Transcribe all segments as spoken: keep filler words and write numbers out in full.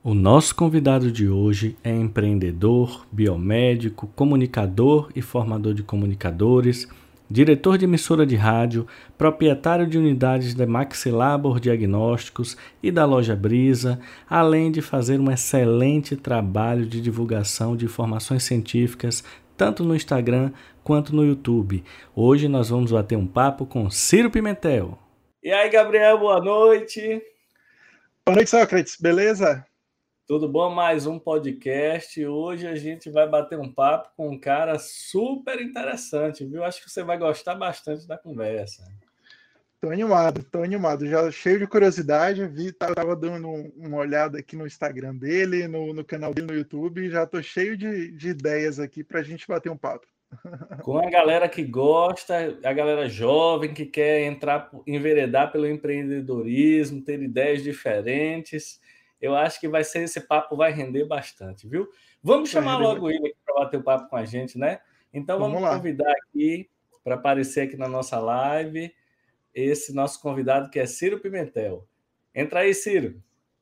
O nosso convidado de hoje é empreendedor, biomédico, comunicador e formador de comunicadores, diretor de emissora de rádio, proprietário de unidades da Maxilabor Diagnósticos e da Loja Brisa, além de fazer um excelente trabalho de divulgação de informações científicas, tanto no Instagram quanto no YouTube. Hoje nós vamos bater um papo com Ciro Pimentel. E aí, Gabriel, boa noite. Boa noite, Sócrates, beleza? Tudo bom? Mais um podcast. Hoje a gente vai bater um papo com um cara super interessante, viu? Acho que você vai gostar bastante da conversa. Tô animado, tô animado. Já cheio de curiosidade. Vi, tava dando uma olhada aqui no Instagram dele, no, no canal dele no YouTube. Já tô cheio de, de ideias aqui pra gente bater um papo. Com a galera que gosta, a galera jovem que quer entrar, enveredar pelo empreendedorismo, ter ideias diferentes. Eu acho que vai ser esse papo vai render bastante, viu? Vamos chamar logo ele aqui para bater o papo com a gente, né? Então vamos, vamos convidar aqui para aparecer aqui na nossa live esse nosso convidado que é Ciro Pimentel. Entra aí, Ciro.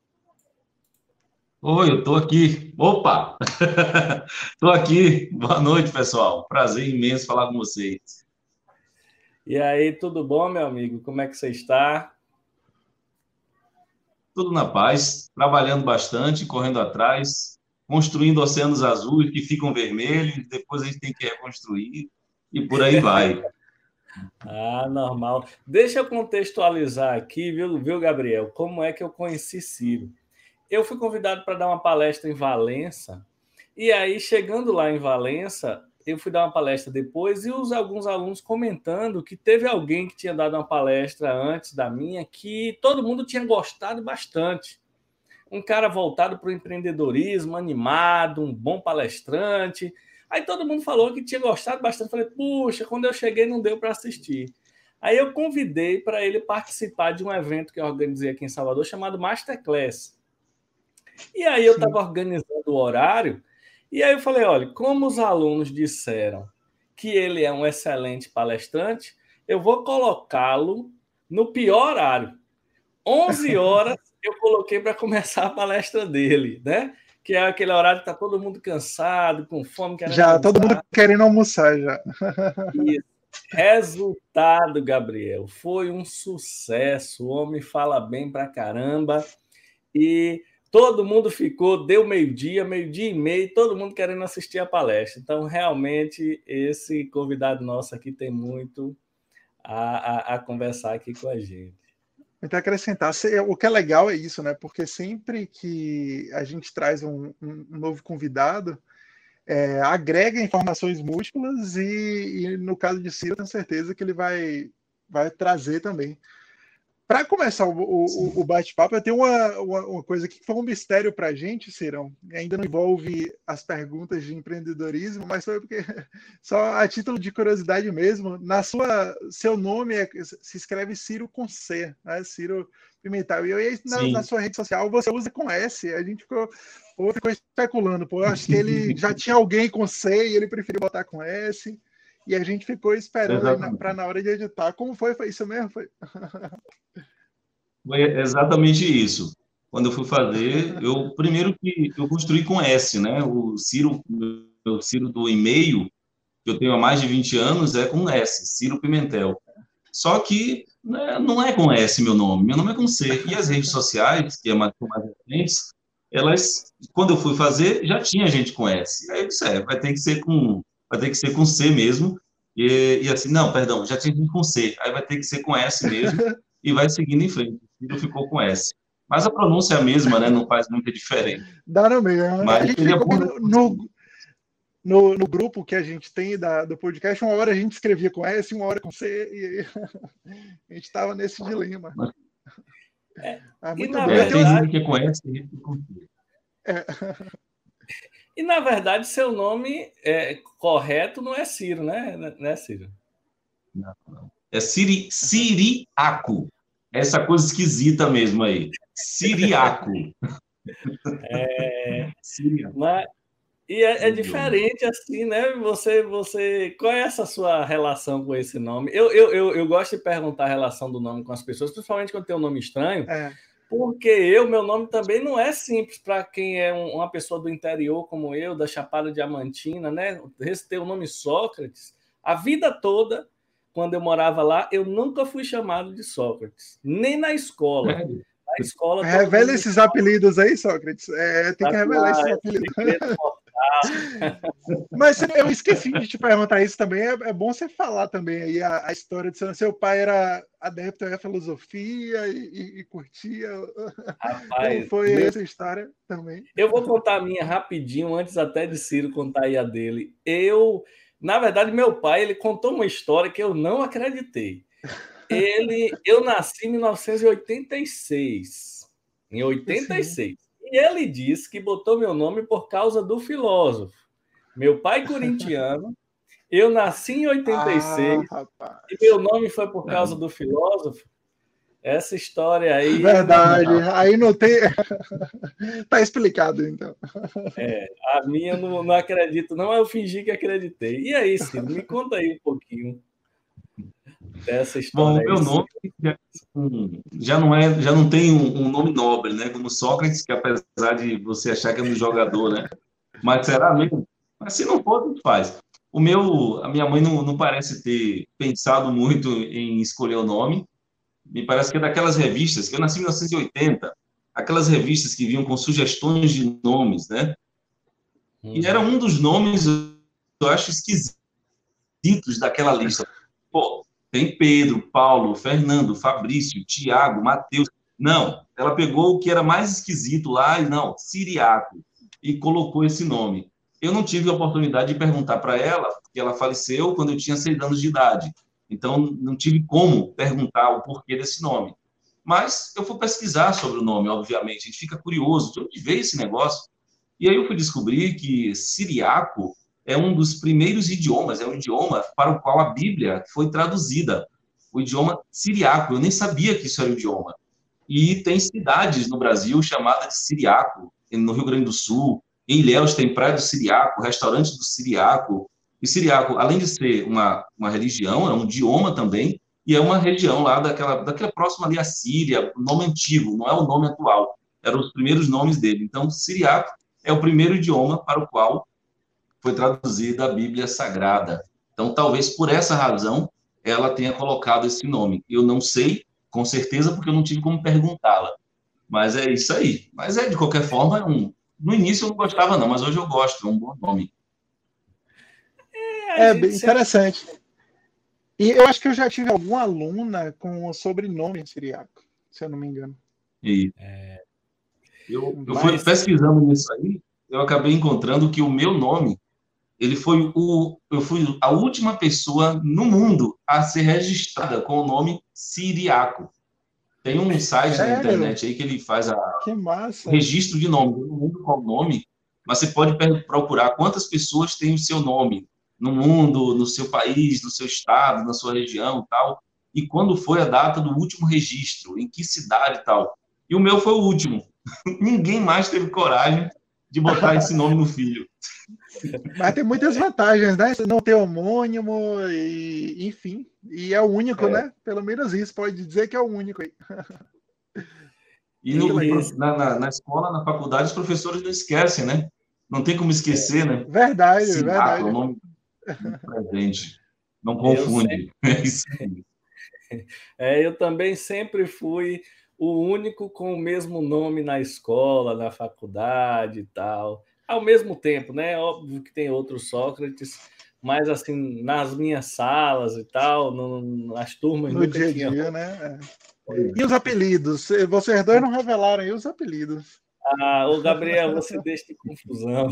Oi, eu tô aqui. Opa! Tô aqui. Boa noite, pessoal. Prazer imenso falar com vocês. E aí, tudo bom, meu amigo? Como é que você está? Tudo na paz, trabalhando bastante, correndo atrás, construindo oceanos azuis que ficam vermelhos, depois a gente tem que reconstruir e por aí vai. Ah, normal. Deixa eu contextualizar aqui, viu, viu, Gabriel? Como é que eu conheci Ciro? Eu fui convidado para dar uma palestra em Valença, e aí, chegando lá em Valença, eu fui dar uma palestra depois, e os, alguns alunos comentando que teve alguém que tinha dado uma palestra antes da minha, que todo mundo tinha gostado bastante. Um cara voltado para o empreendedorismo, animado, um bom palestrante. Aí todo mundo falou que tinha gostado bastante. Falei, puxa, quando eu cheguei não deu para assistir. Aí eu convidei para ele participar de um evento que eu organizei aqui em Salvador, chamado Masterclass. E aí eu estava organizando o horário, e aí eu falei, olha, como os alunos disseram que ele é um excelente palestrante, eu vou colocá-lo no pior horário. onze horas eu coloquei para começar a palestra dele, né? Que é aquele horário que está todo mundo cansado, com fome, querendo Já, almoçar. todo mundo querendo almoçar, já. Isso. Resultado, Gabriel, foi um sucesso. O homem fala bem pra caramba. E todo mundo ficou, deu meio-dia, meio-dia e meio, todo mundo querendo assistir a palestra. Então, realmente, esse convidado nosso aqui tem muito a, a, a conversar aqui com a gente. Muito a acrescentar. O que é legal é isso, né? Porque sempre que a gente traz um, um novo convidado, é, agrega informações múltiplas e, e, no caso de Ciro, eu tenho certeza que ele vai, vai trazer também. Para começar o, o, o bate-papo, eu tenho uma, uma, uma coisa que foi um mistério para a gente, Cirão. Ainda não envolve as perguntas de empreendedorismo, mas foi porque, só a título de curiosidade mesmo, na sua, seu nome é, se escreve Ciro com C, né? Ciro Pimentel. E aí, na, na sua rede social, você usa com S. A gente ficou, pô, ficou especulando. Pô, acho que ele já tinha alguém com C e ele preferiu botar com S. E a gente ficou esperando para na hora de editar. Como foi? Foi isso mesmo? Foi, foi exatamente isso. Quando eu fui fazer, eu primeiro que eu construí com S, né? O Ciro, o Ciro do e-mail, que eu tenho há mais de vinte anos, é com S, Ciro Pimentel. Só que né, não é com S meu nome, meu nome é com C. E as redes sociais, que é mais, mais recentes, elas, quando eu fui fazer, já tinha gente com S. Aí eu disse, é, vai ter que ser com vai ter que ser com C mesmo, e, e assim, não, perdão, já tinha gente com C, aí vai ter que ser com S mesmo, e vai seguindo em frente, e ficou com S. Mas a pronúncia é a mesma, né, não faz muita diferença. Dá no meio, mas a gente ficou no, no, no, no grupo que a gente tem da, do podcast, uma hora a gente escrevia com S, uma hora com C, e a gente estava nesse dilema. Mas, é, ah, muito e na bom. É, verdade, tem gente que com S, tem gente com C. É. E, na verdade, seu nome é, correto não é Ciro, né, né Ciro? Não, não. É Siri, Siriaco. Essa coisa esquisita mesmo aí. Siriaco. É, Siriaco. mas, e é, é diferente assim, né? Você, você, qual é essa sua relação com esse nome? Eu, eu, eu, eu gosto de perguntar a relação do nome com as pessoas, principalmente quando tem um nome estranho, É. Porque eu, meu nome também não é simples para quem é um, uma pessoa do interior como eu, da Chapada Diamantina, né? Esse ter o nome Sócrates, a vida toda, quando eu morava lá, eu nunca fui chamado de Sócrates, nem na escola. É. Na escola, Revela esses chamava... apelidos aí, Sócrates. É, tem que revelar esses apelidos. Mas eu esqueci de te perguntar isso também. É, é bom você falar também aí a, a história de seu, seu pai era adepto à filosofia e, e, e curtia. Rapaz, como foi meu... essa história também? Eu vou contar a minha rapidinho, antes até de Ciro contar aí a dele. Eu, na verdade, meu pai, ele contou uma história que eu não acreditei. Ele, eu nasci em mil novecentos e oitenta e seis. Em oitenta e seis. Sim. E ele disse que botou meu nome por causa do filósofo. Meu pai corintiano, eu nasci em oitenta e seis, ah, e meu nome foi por causa do filósofo. Essa história aí... Verdade, não... aí não tem... Tá explicado, então. É, a minha não, não acredito, não, eu fingi que acreditei. E aí, Ciro, me conta aí um pouquinho dessa história. Bom, o meu nome já, já não é, já não tem um, um nome nobre, né? Como Sócrates, que apesar de você achar que é um jogador, né? Mas será mesmo? Mas se não for, tanto faz. O meu, a minha mãe não, não parece ter pensado muito em escolher o nome. Me parece que é daquelas revistas, que eu nasci em mil novecentos e oitenta, aquelas revistas que vinham com sugestões de nomes, né? Uhum. E era um dos nomes, eu acho, esquisitos daquela lista. Pô, tem Pedro, Paulo, Fernando, Fabrício, Tiago, Mateus. Não, ela pegou o que era mais esquisito lá e não, Ciriaco, e colocou esse nome. Eu não tive a oportunidade de perguntar para ela, porque ela faleceu quando eu tinha seis anos de idade. Então, não tive como perguntar o porquê desse nome. Mas eu fui pesquisar sobre o nome, obviamente. A gente fica curioso, de onde veio esse negócio? E aí eu fui descobrir que Ciriaco é um dos primeiros idiomas, é um idioma para o qual a Bíblia foi traduzida. O idioma Ciriaco. Eu nem sabia que isso era um idioma. E tem cidades no Brasil chamadas de Ciriaco, no Rio Grande do Sul. Em Ilhéus tem Praia do Ciriaco, restaurante do Ciriaco. E Ciriaco, além de ser uma, uma religião, é um idioma também, e é uma região lá daquela, daquela próxima ali à Síria, o nome antigo, não é o nome atual, eram os primeiros nomes dele. Então, Ciriaco é o primeiro idioma para o qual foi traduzida a Bíblia Sagrada. Então, talvez por essa razão, ela tenha colocado esse nome. Eu não sei, com certeza, porque eu não tive como perguntá-la. Mas é isso aí. Mas é, de qualquer forma, é um... no início eu não gostava não, mas hoje eu gosto, é um bom nome. É bem interessante. E eu acho que eu já tive alguma aluna com o sobrenome Ciriaco, se eu não me engano. E é... eu, eu Mas... fui pesquisando nisso aí, eu acabei encontrando que o meu nome, ele foi o, eu fui a última pessoa no mundo a ser registrada com o nome Ciriaco. Tem um site Sério? na internet aí que ele faz a, que massa. o registro de nome. Eu não lembro qual nome, mas você pode procurar quantas pessoas têm o seu nome no mundo, no seu país, no seu estado, na sua região e tal. E quando foi a data do último registro, em que cidade e tal. E o meu foi o último. Ninguém mais teve coragem de botar esse nome no filho. Mas tem muitas vantagens, né? Não ter homônimo, e, enfim. E é o único, é. né? Pelo menos isso, pode dizer que é o único aí. E no, na, na, na escola, na faculdade, os professores não esquecem, né? Não tem como esquecer, né? Verdade, Ciriaco, verdade. É o nome presente. Não confunde. Eu, sempre... é isso aí. É, eu também sempre fui o único com o mesmo nome na escola, na faculdade e tal. Ao mesmo tempo, né? Óbvio que tem outros Sócrates, mas assim, nas minhas salas e tal, no, nas turmas... No dia a dia, tinha... né? É. E os apelidos? Vocês dois não revelaram aí os apelidos. Ah, ô Gabriel, você deixa de confusão.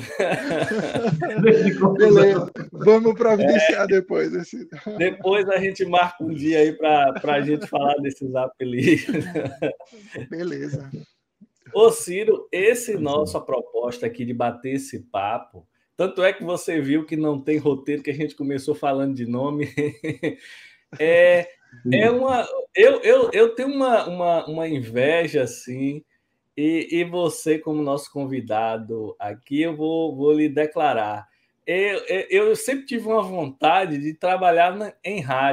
Beleza, vamos providenciar é, depois. Esse... Depois a gente marca um dia aí para a gente falar desses apelidos. Beleza. Ô Ciro, esse nossa proposta aqui de bater esse papo, tanto é que você viu que não tem roteiro, que a gente começou falando de nome, é, é uma... Eu, eu, eu tenho uma, uma, uma inveja, assim, e, e você, como nosso convidado aqui, eu vou, vou lhe declarar. Eu, eu sempre tive uma vontade de trabalhar na, em rádio,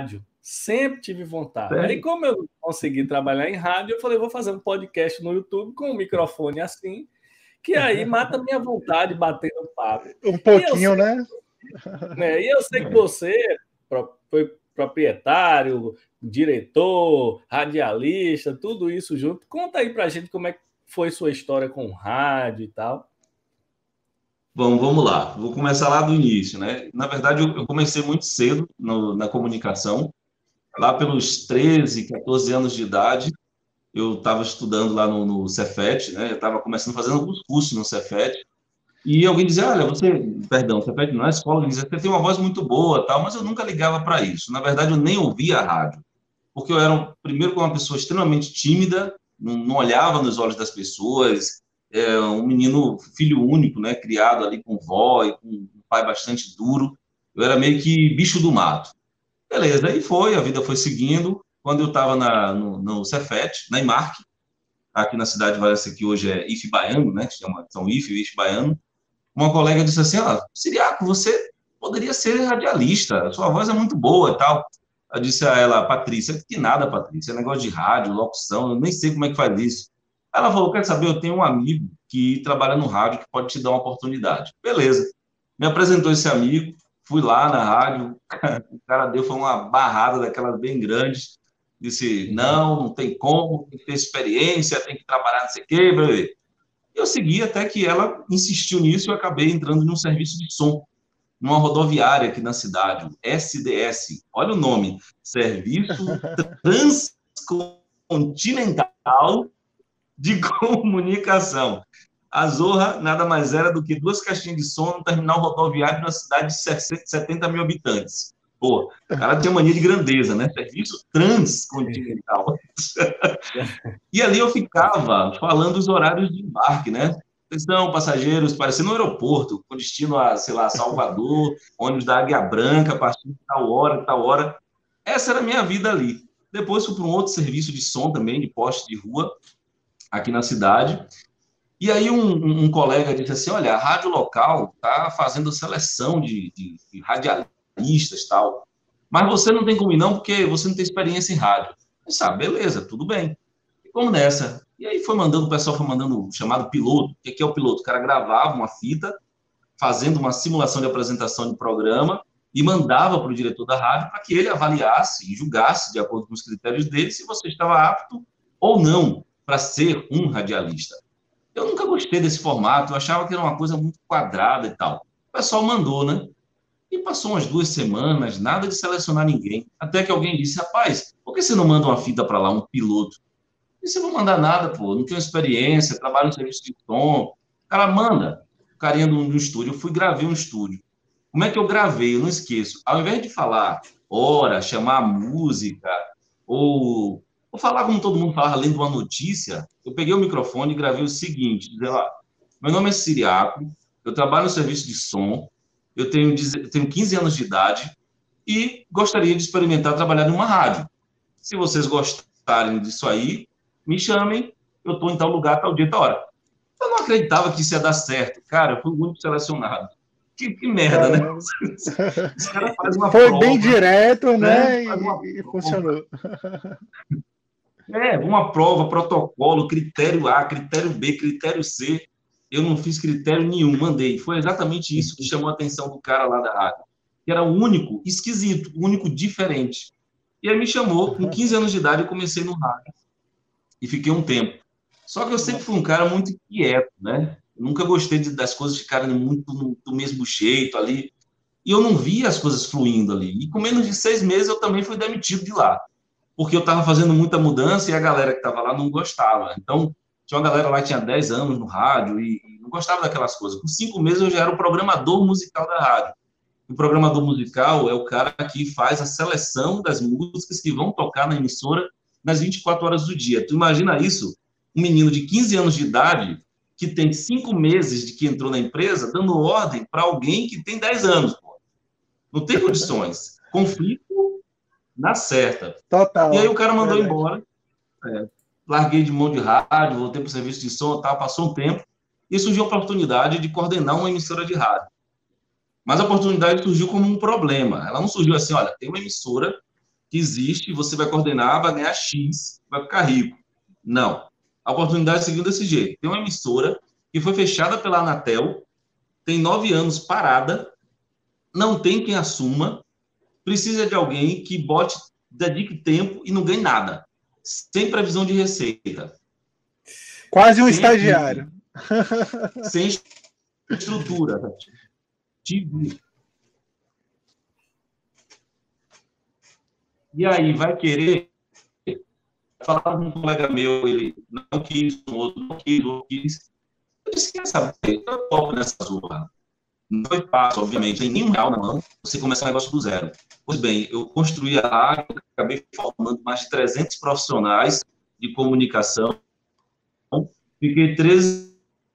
Sempre tive vontade. Sério? Aí, como eu consegui trabalhar em rádio, eu falei, vou fazer um podcast no YouTube com um microfone assim, que aí mata minha vontade de bater no papo. Um pouquinho, sei, né? né? E eu sei que você foi proprietário, diretor, radialista, tudo isso junto. Conta aí pra gente como é que foi sua história com o rádio e tal. Bom, vamos lá. Vou começar lá do início, né? Na verdade, eu comecei muito cedo no, na comunicação. Lá pelos treze, quatorze anos de idade, eu estava estudando lá no, no Cefet, né? Eu estava começando fazendo alguns cursos no Cefet. E alguém dizia, olha, você, perdão, Cefet não é escola, alguém dizia, você tem uma voz muito boa, tal, mas eu nunca ligava para isso. Na verdade, eu nem ouvia a rádio, porque eu era, primeiro, uma pessoa extremamente tímida, não, não olhava nos olhos das pessoas, é, um menino, filho único, né, criado ali com vó e com um pai bastante duro. Eu era meio que bicho do mato. Beleza, aí foi, a vida foi seguindo. Quando eu estava no, no Cefet, na Imarc, aqui na cidade de Valência, que hoje é I F Baiano, né, que chama, são I F e I F Baiano, uma colega disse assim, ah, Ciriaco, você poderia ser radialista, sua voz é muito boa e tal. Eu disse a ela, Patrícia, que nada, Patrícia, é negócio de rádio, locução, eu nem sei como é que faz isso. Ela falou, quer saber, eu tenho um amigo que trabalha no rádio que pode te dar uma oportunidade. Beleza. Me apresentou esse amigo, fui lá na rádio, o cara deu, foi uma barrada daquelas bem grandes, disse, não, não tem como, tem que ter experiência, tem que trabalhar, não sei o quê, blá, blá. Eu segui até que ela insistiu nisso e eu acabei entrando num serviço de som, numa rodoviária aqui na cidade, o S D S. Olha o nome, Serviço Transcontinental de Comunicação. A Zorra nada mais era do que duas caixinhas de som no terminal rodoviário na cidade de setenta mil habitantes. Pô, o cara tinha mania de grandeza, né? Serviço Transcontinental. E ali eu ficava falando os horários de embarque, né? Atenção, passageiros, parecendo um aeroporto, com destino a, sei lá, Salvador, ônibus da Águia Branca, a partir de tal hora, tal hora. Essa era a minha vida ali. Depois fui para um outro serviço de som também, de poste de rua, aqui na cidade. E aí um, um, um colega disse assim, olha, a rádio local está fazendo seleção de, de, de radialistas e tal, mas você não tem como ir não, porque você não tem experiência em rádio. Eu disse, ah, beleza, tudo bem. E vamos nessa. E aí foi mandando, o pessoal foi mandando o chamado piloto. O que é o piloto? O cara gravava uma fita, fazendo uma simulação de apresentação de programa, e mandava para o diretor da rádio para que ele avaliasse e julgasse, de acordo com os critérios dele, se você estava apto ou não para ser um radialista. Eu nunca gostei desse formato, eu achava que era uma coisa muito quadrada e tal. O pessoal mandou, né? E passou umas duas semanas, nada de selecionar ninguém. Até que alguém disse, rapaz, por que você não manda uma fita para lá, um piloto? E você não mandar nada, pô, não tenho experiência, trabalho no serviço de som. O cara manda, o carinha do, do estúdio. Eu fui gravei um estúdio. Como é que eu gravei? Eu não esqueço. Ao invés de falar hora, chamar a música, ou, ou falar como todo mundo falava, lendo uma notícia, eu peguei o microfone e gravei o seguinte, dizer lá, meu nome é Ciriaco, eu trabalho no serviço de som, eu tenho, eu tenho quinze anos de idade e gostaria de experimentar trabalhar numa rádio. Se vocês gostarem disso aí, me chamem, eu estou em tal lugar, tal dia, tal hora. Eu não acreditava que isso ia dar certo. Cara, eu fui muito selecionado. Que, que merda, né? Os caras fazem uma Foi prova. Foi bem direto, né? né? E, e funcionou. É, uma prova, protocolo, critério A, critério B, critério C. Eu não fiz critério nenhum, mandei. Foi exatamente isso que chamou a atenção do cara lá da rádio. Que era o único, esquisito, o único diferente. E aí me chamou, com quinze anos de idade, eu comecei no rádio. E fiquei um tempo. Só que eu sempre fui um cara muito inquieto, né? Eu nunca gostei de, das coisas ficarem muito no, do mesmo jeito ali. E eu não via as coisas fluindo ali. E com menos de seis meses eu também fui demitido de lá. Porque eu estava fazendo muita mudança e a galera que estava lá não gostava. Então, tinha uma galera lá que tinha dez anos no rádio e, e não gostava daquelas coisas. Com cinco meses eu já era o programador musical da rádio. O programador musical é o cara que faz a seleção das músicas que vão tocar na emissora nas vinte e quatro horas do dia. Tu imagina isso? Um menino de quinze anos de idade que tem cinco meses de que entrou na empresa dando ordem para alguém que tem dez anos. Pô. Não tem condições. Conflito na certa. Total. E aí o cara mandou verdade. embora. É, larguei de mão de rádio, voltei para o serviço de som, tal, passou um tempo e surgiu a oportunidade de coordenar uma emissora de rádio. Mas a oportunidade surgiu como um problema. Ela não surgiu assim, olha, tem uma emissora que existe, você vai coordenar, vai ganhar X, vai ficar rico. Não. A oportunidade seguiu desse jeito. Tem uma emissora que foi fechada pela Anatel, tem nove anos parada, não tem quem assuma, precisa de alguém que bote, dedique tempo e não ganhe nada, sem previsão de receita. Quase um sem estagiário. Equipe, sem estrutura. E aí vai querer falar com um colega meu, ele não quis, o outro não quis, o outro quis. Eu disse, quer saber, eu topo nessa zorra. Não foi fácil, obviamente, tem nenhum real na mão, você começa um negócio do zero. Pois bem, eu construí a rádio, acabei formando mais de trezentos profissionais de comunicação, fiquei treze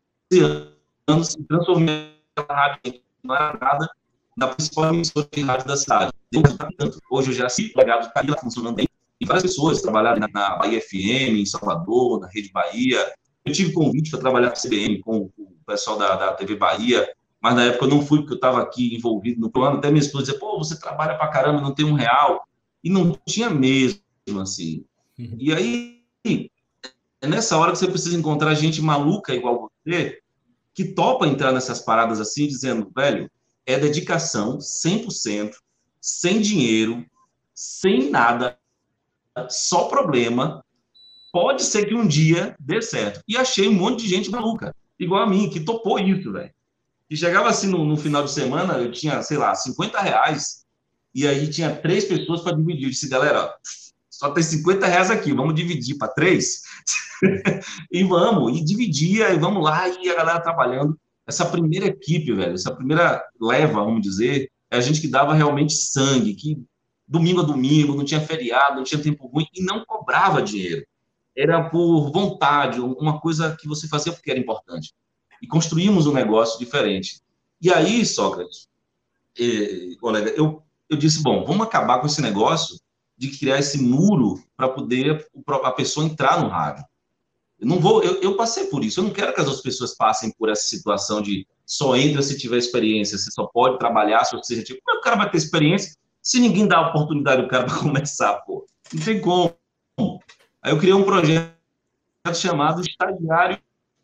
anos e transformei a rádio, não era nada, na principal emissora de rádio da cidade. Hoje eu já sei o legado está lá funcionando bem. E várias pessoas trabalharam na, na Bahia F M, em Salvador, na Rede Bahia. Eu tive convite para trabalhar com a C B M, com o pessoal da, da T V Bahia, mas na época eu não fui, porque eu estava aqui envolvido no plano. Até minha esposa dizia, pô, você trabalha para caramba, não tem um real. E não tinha mesmo, assim. Uhum. E aí, é nessa hora que você precisa encontrar gente maluca igual você, que topa entrar nessas paradas assim, dizendo, velho, é dedicação, cem por cento, sem dinheiro, sem nada, só problema. Pode ser que um dia dê certo. E achei um monte de gente maluca, igual a mim, que topou isso, velho. E chegava assim no, no final de semana, eu tinha, sei lá, cinquenta reais, e aí tinha três pessoas para dividir. Eu disse, galera, ó, só tem cinquenta reais aqui, vamos dividir para três? E vamos, e dividia, e vamos lá, e a galera trabalhando. Essa primeira equipe, velho, essa primeira leva, vamos dizer, é a gente que dava realmente sangue, que domingo a domingo, não tinha feriado, não tinha tempo ruim, e não cobrava dinheiro. Era por vontade, uma coisa que você fazia porque era importante. E construímos um negócio diferente. E aí, Sócrates, eh, colega, eu, eu disse, bom, vamos acabar com esse negócio de criar esse muro para poder a pessoa entrar no rádio. Eu não vou, eu, eu passei por isso, eu não quero que as outras pessoas passem por essa situação de só entra se tiver experiência, você só pode trabalhar se você retira. Como é que o cara vai ter experiência se ninguém dá a oportunidade ao cara para começar, pô? Não tem como. Aí eu criei um projeto chamado Estagiário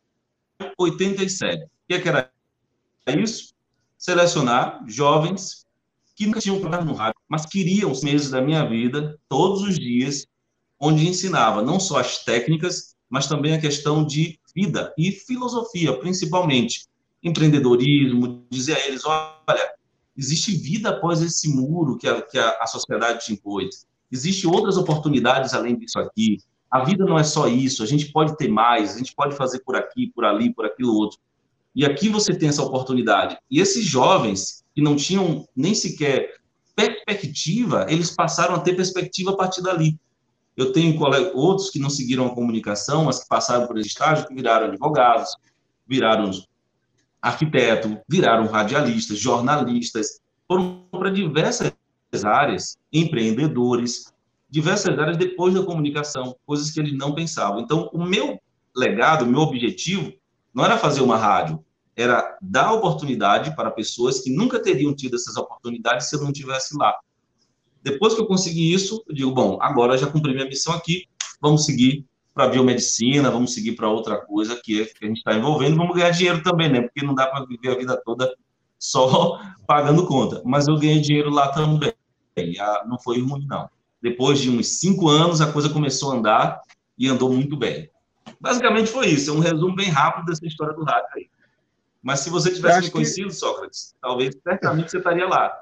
oitenta e sete. O que, é que era isso? Selecionar jovens que nunca tinham trabalhado no rádio, mas queriam os meses da minha vida, todos os dias, onde ensinava não só as técnicas, mas também a questão de vida e filosofia, principalmente. Empreendedorismo, dizer a eles, olha, existe vida após esse muro que a, que a, a sociedade te impôs. Existem outras oportunidades além disso aqui. A vida não é só isso, a gente pode ter mais, a gente pode fazer por aqui, por ali, por aquilo outro. E aqui você tem essa oportunidade. E esses jovens que não tinham nem sequer perspectiva, eles passaram a ter perspectiva a partir dali. Eu tenho colegas, outros que não seguiram a comunicação, mas que passaram por esse estágio, que viraram advogados, viraram arquitetos, viraram radialistas, jornalistas, foram para diversas áreas, empreendedores, diversas áreas depois da comunicação, coisas que eles não pensavam. Então, o meu legado, o meu objetivo, não era fazer uma rádio, era dar oportunidade para pessoas que nunca teriam tido essas oportunidades se eu não estivesse lá. Depois que eu consegui isso, eu digo, bom, agora eu já cumpri minha missão aqui, vamos seguir para a biomedicina, vamos seguir para outra coisa que, é, que a gente está envolvendo, vamos ganhar dinheiro também, né? Porque não dá para viver a vida toda só pagando conta. Mas eu ganhei dinheiro lá também, não foi ruim, não. Depois de uns cinco anos, a coisa começou a andar e andou muito bem. Basicamente foi isso, é um resumo bem rápido dessa história do rádio aí. Mas se você tivesse me conhecido, que... Sócrates, talvez, certamente, você estaria lá.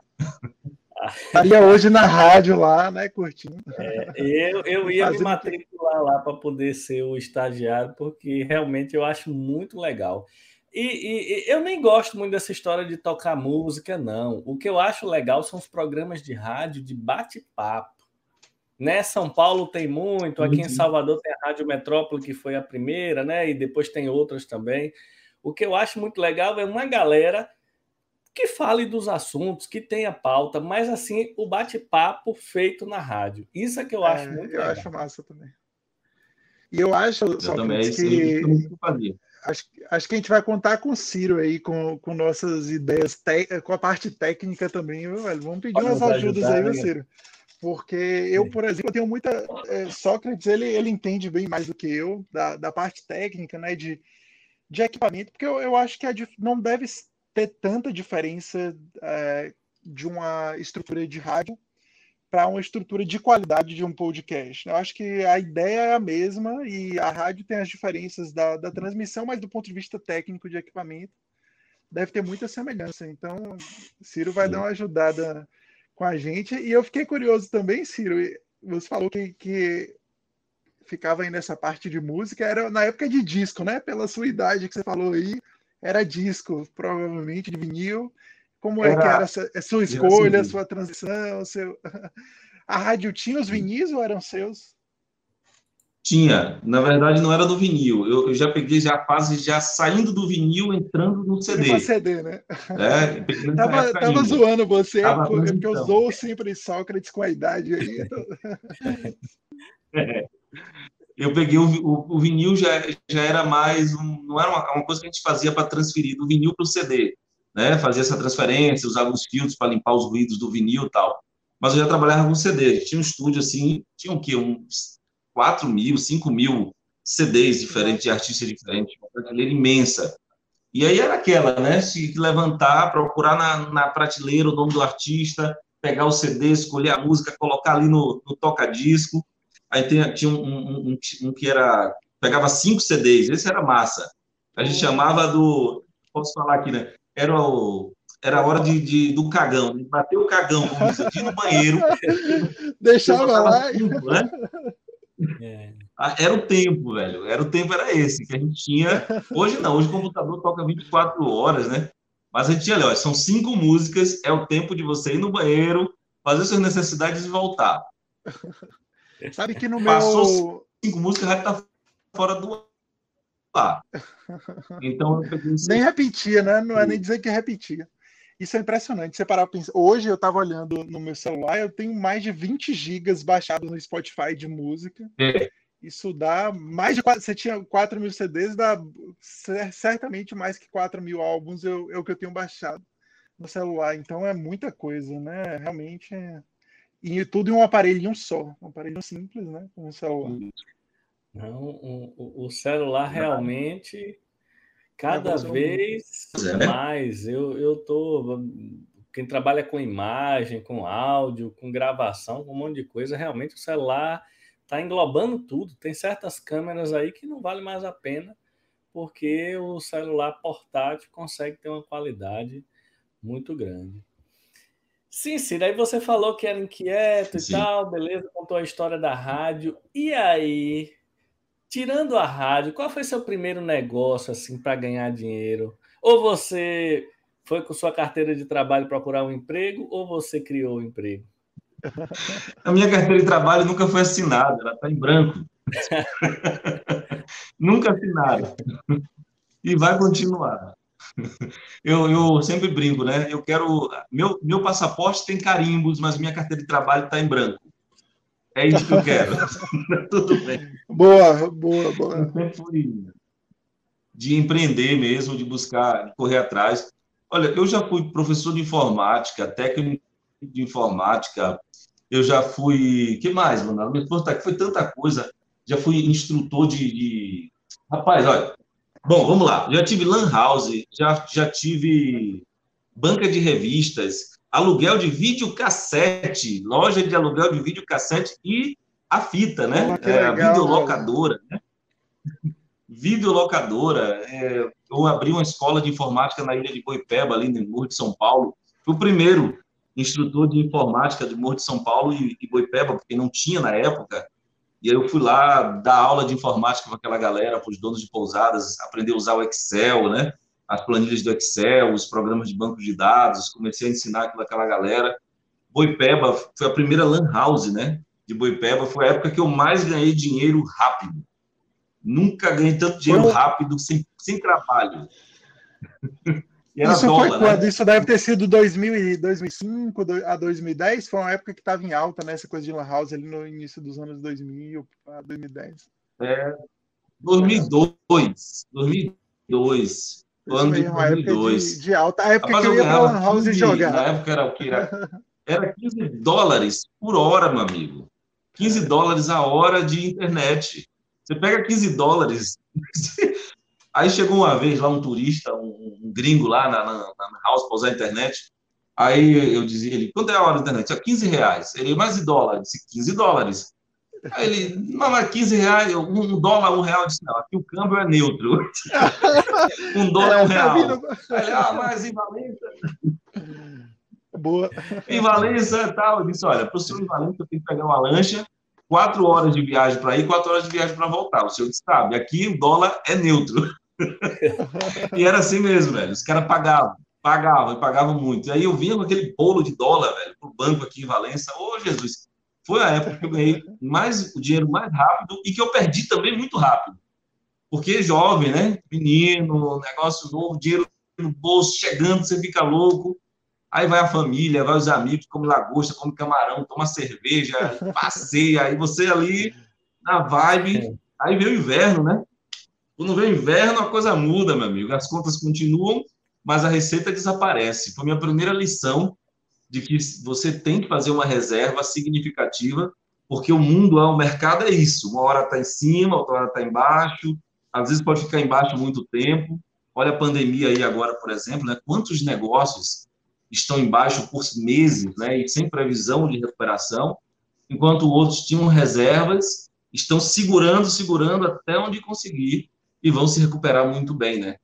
Estaria hoje na rádio lá, né, curtindo. É, eu, eu ia me matricular lá para poder ser o estagiário, porque realmente eu acho muito legal. E, e, e eu nem gosto muito dessa história de tocar música, não. O que eu acho legal são os programas de rádio de bate-papo. Né? São Paulo tem muito, aqui em Salvador tem a Rádio Metrópole, que foi a primeira, né? E depois tem outras também. O que eu acho muito legal é uma galera que fale dos assuntos, que tenha pauta, mas assim, o bate-papo feito na rádio. Isso é que eu acho é, muito eu legal. Eu acho massa também. E eu acho, eu Sócrates, também, que acho, acho que a gente vai contar com o Ciro aí, com, com nossas ideias, te, com a parte técnica também, velho. Vamos pedir Pode umas ajudas ajudar, aí, né? Ciro. Porque eu, por exemplo, eu tenho muita... É, Sócrates, ele, ele entende bem mais do que eu, da, da parte técnica, né, de, de equipamento, porque eu, eu acho que a, não deve ter tanta diferença é, de uma estrutura de rádio para uma estrutura de qualidade de um podcast. Eu acho que a ideia é a mesma e a rádio tem as diferenças da, da transmissão, mas do ponto de vista técnico de equipamento, deve ter muita semelhança. Então, Ciro vai dar uma ajudada com a gente. E eu fiquei curioso também, Ciro, você falou que, que ficava aí nessa parte de música, era na época de disco, né? Pela sua idade que você falou aí, era disco, provavelmente, de vinil. Como é Era, que era a sua era escolha, a assim, sua transição? Seu... A rádio tinha os vinis ou eram seus? tinha, na verdade não era do vinil, eu, eu já peguei já a fase já saindo do vinil, entrando no Indo para C D, C D, né? né? Peguei nessa tava, época tava ainda, zoando você, estava a porque eu transição. zoo sempre Sócrates com a idade aí. Então... Eu peguei o, o, o vinil, já, já era mais, um, não era uma, uma coisa que a gente fazia para transferir do vinil para o C D, né? Fazia essa transferência, usava os filtros para limpar os ruídos do vinil e tal. Mas eu já trabalhava com C D, a gente tinha um estúdio assim, tinha o quê? Uns quatro mil, cinco mil C Ds diferentes, de artistas diferentes, uma prateleira imensa. E aí era aquela, né? Se levantar, procurar na, na prateleira o nome do artista, pegar o C D, escolher a música, colocar ali no, no toca-disco. Aí tem, tinha um, um, um, um que era... Pegava cinco C Ds, esse era massa. A gente chamava do... Posso falar aqui, né? Era, o, era a hora de, de, do cagão. De bater o cagão, como diz, de ir no banheiro. Deixava lá. Tempo, né? É. Era o tempo, velho. Era o tempo, era esse que a gente tinha. Hoje não, hoje o computador toca vinte e quatro horas, né? Mas a gente tinha ali, ó, são cinco músicas, é o tempo de você ir no banheiro, fazer suas necessidades e voltar. Sabe que no Passou meu... cinco músicas, já tá fora do ar. Então, eu peguei nem repetia, né? Não é nem dizer que repetia. Isso é impressionante. Você parar pra pensar. Hoje eu estava olhando no meu celular, eu tenho mais de vinte gigas baixados no Spotify de música. É. Isso dá mais de quatro. Você tinha quatro mil C Ds, dá certamente mais que quatro mil álbuns é o que eu tenho baixado no celular. Então é muita coisa, né? Realmente. É... E tudo em um aparelhinho só. Um aparelho simples, né? Com um celular. Não, o, o celular realmente. Cada Evolução vez muito. mais. Eu, eu tô. Quem trabalha com imagem, com áudio, com gravação, com um monte de coisa, realmente o celular está englobando tudo. Tem certas câmeras aí que não vale mais a pena, porque o celular portátil consegue ter uma qualidade muito grande. Sim, sim, daí você falou que era inquieto e Sim. tal, beleza, contou a história da rádio. E aí, tirando a rádio, qual foi seu primeiro negócio assim para ganhar dinheiro? Ou você foi com sua carteira de trabalho procurar um emprego, ou você criou o emprego? A minha carteira de trabalho nunca foi assinada, ela está em branco. Nunca assinada. E vai continuar. Eu, eu sempre brinco, né? Eu quero. Meu, meu passaporte tem carimbos, mas minha carteira de trabalho está em branco. É isso que eu quero. Tudo bem. Boa, boa, boa. Eu sempre fui de empreender mesmo, de buscar, de correr atrás. Olha, eu já fui professor de informática, técnico de informática, eu já fui. Que mais, mano? Minha esposa tá aqui, foi tanta coisa. Já fui instrutor de. de... Rapaz, olha. Bom, vamos lá. Já tive lan house, já, já tive banca de revistas, aluguel de videocassete, loja de aluguel de videocassete e a fita, né? Oh, que é, a legal, videolocadora, né? Videolocadora. É, eu abri uma escola de informática na ilha de Boipeba, ali no Morro de São Paulo. Fui o primeiro instrutor de informática do Morro de São Paulo e, e Boipeba, porque não tinha na época. E aí eu fui lá dar aula de informática para aquela galera, para os donos de pousadas, aprender a usar o Excel, né? As planilhas do Excel, os programas de banco de dados, comecei a ensinar aquilo àquela galera. Boipeba foi a primeira lan house, né? De Boipeba, foi a época que eu mais ganhei dinheiro rápido. Nunca ganhei tanto dinheiro Foi... rápido, sem, sem trabalho. E era Isso dólar, foi quando? né? Isso deve ter sido dois mil e cinco a dois mil e dez? Foi uma época que estava em alta, né? Essa coisa de lan house ali no início dos anos dois mil a dois mil e dez. É, dois mil e dois. dois mil e dois. Isso Ano de mesmo, uma época de, dois mil e dois. de alta. A época Rapaz, que eu eu ia para ganhava lan house tudo de, jogar. na época era o que? Era era quinze dólares por hora, meu amigo. quinze dólares a hora de internet. Você pega quinze dólares. Aí chegou uma vez lá um turista, um, um gringo lá na, na, na house para usar a internet. Aí eu dizia, ele, quanto é a hora da internet? É quinze reais. Ele, mais e dólar? Eu disse, quinze dólares. Aí ele, não, mas quinze reais, um dólar, um real. Eu disse, não, aqui o câmbio é neutro. Um dólar é um real. Aí ele, ah, mas em Valença... Boa. Em Valença e tal. Eu disse, olha, para o senhor em Valença eu tenho que pegar uma lancha, quatro horas de viagem para ir, quatro horas de viagem para voltar. O senhor disse, sabe, aqui o dólar é neutro. E era assim mesmo, velho. Os caras pagavam, pagavam e pagavam muito. E aí eu vinha com aquele bolo de dólar, velho, pro banco aqui em Valença. Ô, Jesus! Foi a época que eu ganhei mais, o dinheiro mais rápido e que eu perdi também muito rápido. Porque jovem, né? Menino, negócio novo, dinheiro no bolso, chegando, você fica louco. Aí vai a família, vai os amigos, come lagosta, come camarão, toma cerveja, passeia. Aí você ali, na vibe. Aí vem o inverno, né? Quando vem o inverno, a coisa muda, meu amigo. As contas continuam, mas a receita desaparece. Foi minha primeira lição de que você tem que fazer uma reserva significativa, porque o mundo, o mercado é isso. Uma hora está em cima, outra hora está embaixo. Às vezes pode ficar embaixo muito tempo. Olha a pandemia aí agora, por exemplo, né? Quantos negócios estão embaixo por meses, né? E sem previsão de recuperação, enquanto outros tinham reservas, estão segurando, segurando até onde conseguir e vão se recuperar muito bem, né?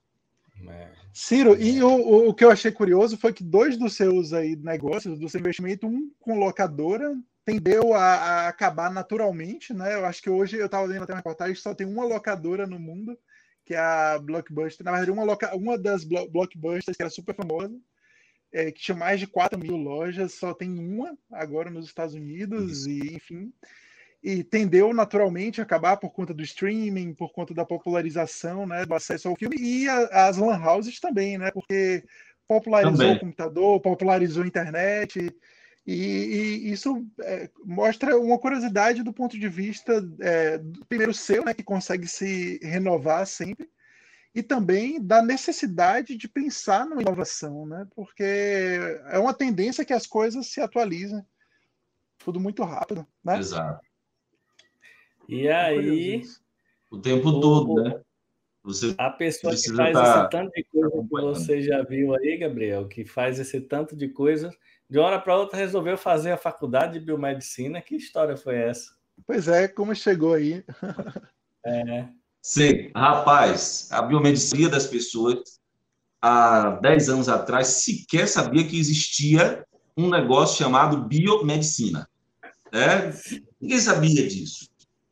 Ciro, e o, o que eu achei curioso foi que dois dos seus aí negócios, do seu investimento, um com locadora, tendeu a, a acabar naturalmente, né? Eu acho que hoje, eu estava lendo até uma reportagem, só tem uma locadora no mundo, que é a Blockbuster. Na verdade, uma, loca, uma das Blockbusters, que era super famosa, é, que tinha mais de quatro mil lojas, só tem uma agora nos Estados Unidos, Isso. e enfim... E tendeu naturalmente a acabar por conta do streaming, por conta da popularização, né, do acesso ao filme, e a, as lan houses também, né, porque popularizou também. O computador, popularizou a internet, e, e isso é, mostra uma curiosidade do ponto de vista, é, do, primeiro seu, né, que consegue se renovar sempre, e também da necessidade de pensar na inovação, né, porque é uma tendência que as coisas se atualizem, tudo muito rápido, né? Exato. E aí... O tempo o, todo, né? Você a pessoa que faz tá, esse tanto de coisa que você já viu aí, Gabriel, que faz esse tanto de coisa, de uma hora para outra resolveu fazer a faculdade de biomedicina. Que história foi essa? Pois é, como chegou aí? É. Sim, rapaz, a biomedicina das pessoas, há dez anos atrás, sequer sabia que existia um negócio chamado biomedicina. Né? Ninguém sabia disso.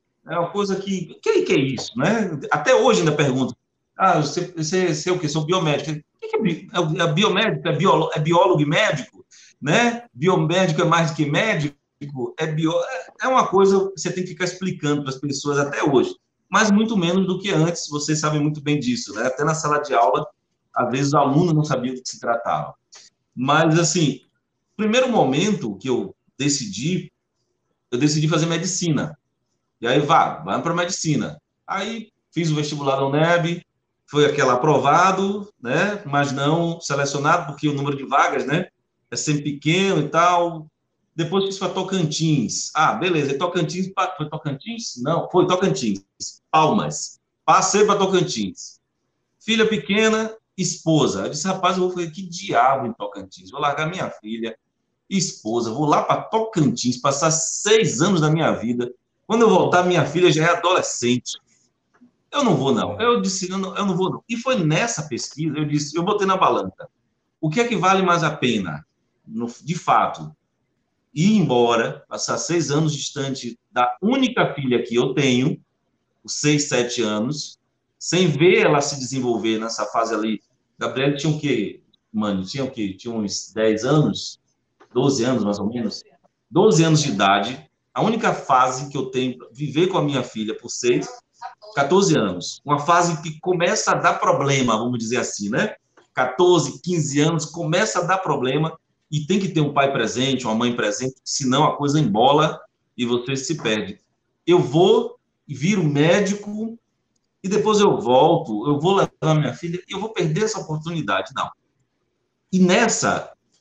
É uma coisa que... O que, que é isso, né? Até hoje ainda pergunto. Ah, você, você, você é o quê? Sou biomédico. O que, que é, bi, é, é biomédico? É, biolo, é biólogo e médico? Né? Biomédico é mais do que médico? É, bio, é uma coisa que você tem que ficar explicando para as pessoas até hoje. Mas muito menos do que antes, vocês sabem muito bem disso, né? Até na sala de aula, às vezes os alunos não sabiam do que se tratava. Mas, assim, primeiro momento que eu decidi, eu decidi fazer medicina. E aí, vá, vai para medicina. Aí, fiz o vestibular da UNEB, foi aquele aprovado, né? Mas não selecionado, porque o número de vagas, né? É sempre pequeno e tal. Depois fiz para Tocantins. Ah, beleza. E Tocantins, foi Tocantins? Não, foi Tocantins. Palmas. Passei para Tocantins. Filha pequena, esposa. Eu disse, rapaz, eu vou fazer que diabo em Tocantins? Vou largar minha filha, esposa, vou lá para Tocantins, passar seis anos da minha vida. Quando eu voltar, minha filha já é adolescente. Eu não vou, não. Eu disse, eu não, eu não vou, não. E foi nessa pesquisa, eu disse, eu botei na balança. O que é que vale mais a pena, no, de fato? Ir embora, passar seis anos distante da única filha que eu tenho, os seis, sete anos, sem ver ela se desenvolver nessa fase ali. Gabriela tinha o quê? Mano, tinha o quê? Tinha uns dez anos, doze anos, mais ou menos. doze anos de idade. A única fase que eu tenho para viver com a minha filha por seis, quatorze anos. Uma fase que começa a dar problema, vamos dizer assim, né? quatorze, quinze anos, começa a dar problema e tem que ter um pai presente, uma mãe presente, senão a coisa embola e você se perde. Eu vou e viro médico e depois eu volto, eu vou levar minha filha e eu vou perder essa oportunidade. Não. E nessa,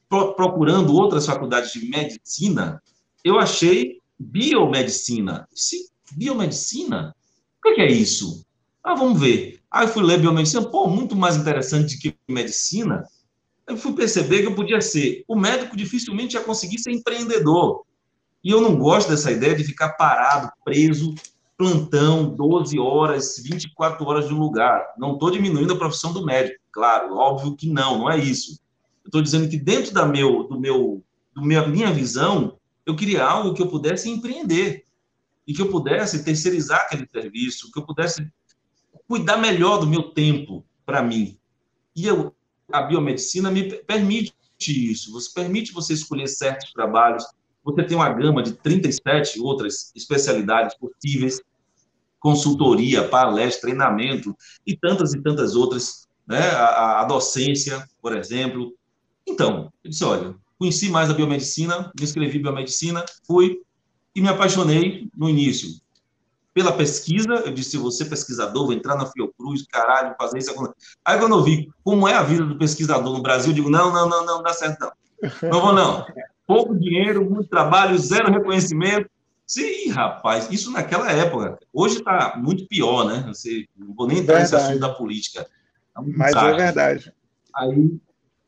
pro, procurando outras faculdades de medicina, eu achei biomedicina. Sim, biomedicina? O que é isso? Ah, vamos ver. Aí eu fui ler biomedicina, pô, muito mais interessante que medicina. Eu fui perceber que eu podia ser. O médico dificilmente ia conseguir ser empreendedor. E eu não gosto dessa ideia de ficar parado, preso, plantão, doze horas, vinte e quatro horas de um lugar. Não estou diminuindo a profissão do médico, claro, óbvio que não, não é isso. Eu estou dizendo que dentro da meu, do meu, do minha, minha visão, eu queria algo que eu pudesse empreender e que eu pudesse terceirizar aquele serviço, que eu pudesse cuidar melhor do meu tempo para mim. E eu, a biomedicina me permite isso, você permite você escolher certos trabalhos, você tem uma gama de trinta e sete outras especialidades possíveis, consultoria, palestra, treinamento e tantas e tantas outras, né? A, a docência, por exemplo. Então, eu disse, olha, conheci mais a biomedicina, me inscrevi em biomedicina, fui e me apaixonei no início pela pesquisa. Eu disse, você pesquisador, vou entrar na Fiocruz, caralho, fazer isso. Aí quando eu vi como é a vida do pesquisador no Brasil, eu digo, não, não, não, não, não dá certo não. Não vou não. Pouco dinheiro, muito trabalho, zero reconhecimento. Sim, rapaz, isso naquela época. Hoje está muito pior, né? Você, não vou nem entrar nesse assunto da política. É um Mas é verdade. Aí,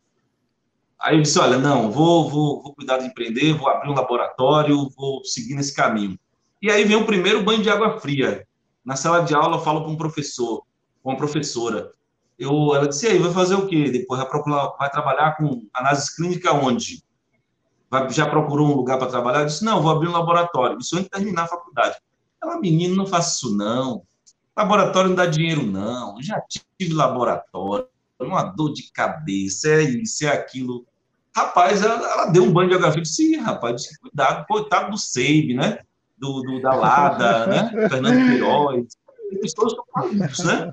aí eu disse, olha, não, vou, vou, vou cuidar de empreender, vou abrir um laboratório, vou seguir nesse caminho. E aí vem o primeiro banho de água fria. Na sala de aula, eu falo para um professor, com uma professora. Eu, ela disse, e aí, vai fazer o quê? Depois vai, procurar, vai trabalhar com análise clínica onde? Vai, já procurou um lugar para trabalhar? Eu disse, não, vou abrir um laboratório. Isso antes de terminar a faculdade. Ela, menino, não faça isso, não. Laboratório não dá dinheiro, não. Já tive laboratório, uma dor de cabeça, é isso, é aquilo. Rapaz, ela, ela deu um banho de água fria. Eu disse, sim, rapaz, disse, cuidado, coitado do Seib, né? Do, do, da Lada, né? Fernando Queiroz. As pessoas estão falidas, né?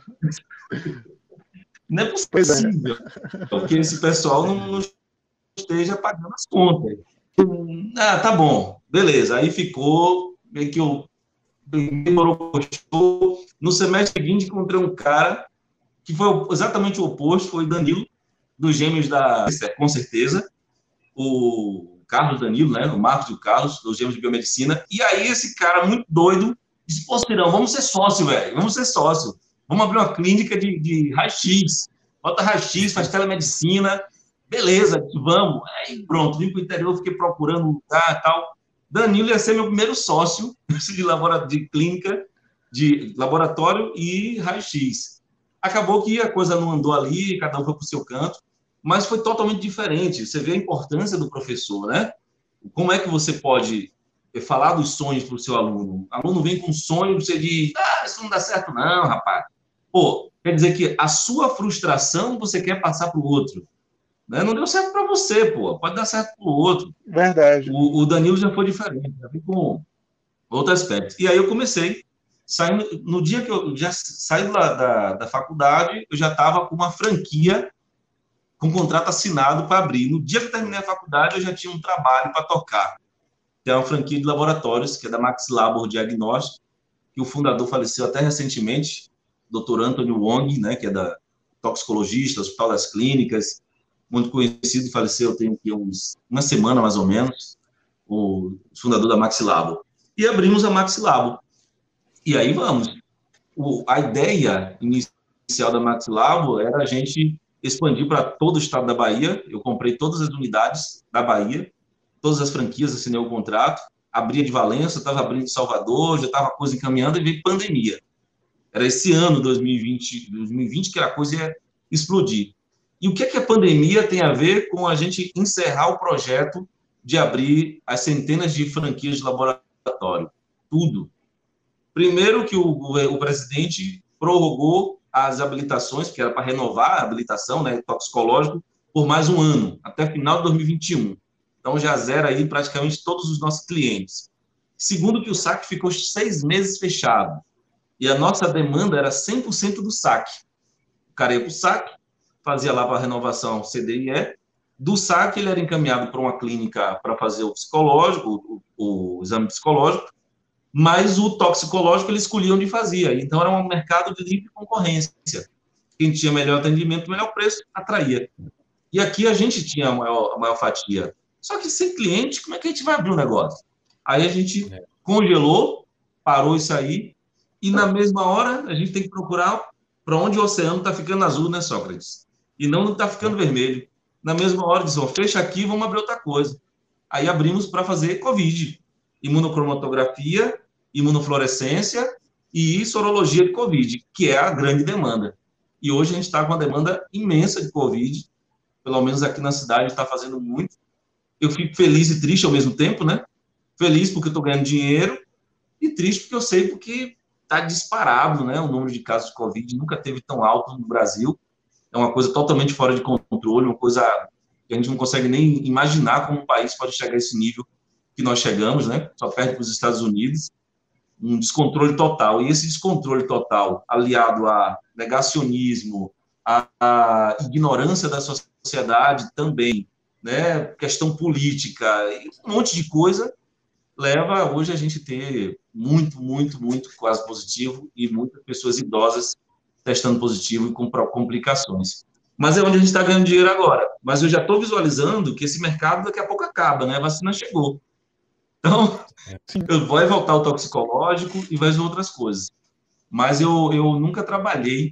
Não é possível que esse pessoal não, não esteja pagando as contas. Ah, tá bom, beleza. Aí ficou, meio que eu demorou. No semestre seguinte, encontrei um cara que foi exatamente o oposto, foi Danilo, dos Gêmeos da... Com certeza. O Carlos Danilo, né? O Marcos e o Carlos, dos Gêmeos de Biomedicina. E aí esse cara, muito doido, disse, pô, Cirão, vamos ser sócio, velho. Vamos ser sócio. Vamos abrir uma clínica de, de raio-x. Bota raio-x, faz telemedicina. Beleza, vamos. Aí pronto, vim para o interior, fiquei procurando um lugar e tal. Danilo ia ser meu primeiro sócio de, laboratório, de clínica, de laboratório e raio-x. Acabou que a coisa não andou ali, cada um foi para o seu canto, mas foi totalmente diferente. Você vê a importância do professor, né? Como é que você pode falar dos sonhos para o seu aluno? O aluno vem com um sonho, você diz, ah, isso não dá certo não, rapaz. Pô, quer dizer que a sua frustração você quer passar para o outro. Né? Não deu certo para você, pô. Pode dar certo para o outro. Verdade. O, o Danilo já foi diferente, já foi com outro aspecto. E aí eu comecei, saindo, no dia que eu já saí da, da, da faculdade, eu já estava com uma franquia, com um contrato assinado para abrir. No dia que eu terminei a faculdade, eu já tinha um trabalho para tocar. Que é uma franquia de laboratórios, que é da Max Labor Diagnóstico, que o fundador faleceu até recentemente, doutor Anthony Wong, né, que é da toxicologista, Hospital das Clínicas, muito conhecido, faleceu tem uns, uma semana mais ou menos, o fundador da Max Labor. E abrimos a Max Labor. E aí vamos. O, a ideia inicial da Max Labor era a gente expandir para todo o estado da Bahia. Eu comprei todas as unidades da Bahia, todas as franquias, assinei o contrato, abria de Valença, estava abrindo de Salvador, já estava a coisa encaminhando e veio pandemia. Era esse ano, dois mil e vinte, dois mil e vinte, que a coisa ia explodir. E o que é que a pandemia tem a ver com a gente encerrar o projeto de abrir as centenas de franquias de laboratório? Tudo. Primeiro que o, o presidente prorrogou as habilitações, que era para renovar a habilitação, né, toxicológico, por mais um ano, até final de dois mil e vinte e um. Então já zera aí praticamente todos os nossos clientes. Segundo que o saque ficou seis meses fechado. E a nossa demanda era cem por cento do saque. O cara ia para o saque, fazia lá para a renovação C D I E, do saque ele era encaminhado para uma clínica para fazer o psicológico, o, o exame psicológico, mas o toxicológico ele escolhia onde fazia. Então era um mercado de livre concorrência. Quem tinha melhor atendimento, melhor preço, atraía. E aqui a gente tinha a maior, a maior fatia. Só que sem cliente, como é que a gente vai abrir um negócio? Aí a gente é. congelou, parou isso aí, e na mesma hora a gente tem que procurar para onde o oceano está ficando azul, né, Sócrates? E não está ficando vermelho. Na mesma hora, dizem, fecha aqui, vamos abrir outra coisa. Aí abrimos para fazer Covid, imunocromatografia, imunofluorescência e sorologia de Covid, que é a grande demanda. E hoje a gente está com uma demanda imensa de Covid, pelo menos aqui na cidade está fazendo muito. Eu fico feliz e triste ao mesmo tempo, né? Feliz porque estou ganhando dinheiro e triste porque eu sei porque está disparado, né? O número de casos de Covid nunca teve tão alto no Brasil. É uma coisa totalmente fora de controle, uma coisa que a gente não consegue nem imaginar como um país pode chegar a esse nível que nós chegamos, né? Só perde para os Estados Unidos. Um descontrole total. E esse descontrole total, aliado a negacionismo, a, a ignorância da sociedade também, né? Questão política, e um monte de coisa, leva hoje a gente ter muito, muito, muito quase positivo e muitas pessoas idosas testando positivo e com complicações. Mas é onde a gente está ganhando dinheiro agora. Mas eu já estou visualizando que esse mercado daqui a pouco acaba, né? A vacina chegou. Então, vai voltar o toxicológico e vai ver outras coisas. Mas eu, eu nunca trabalhei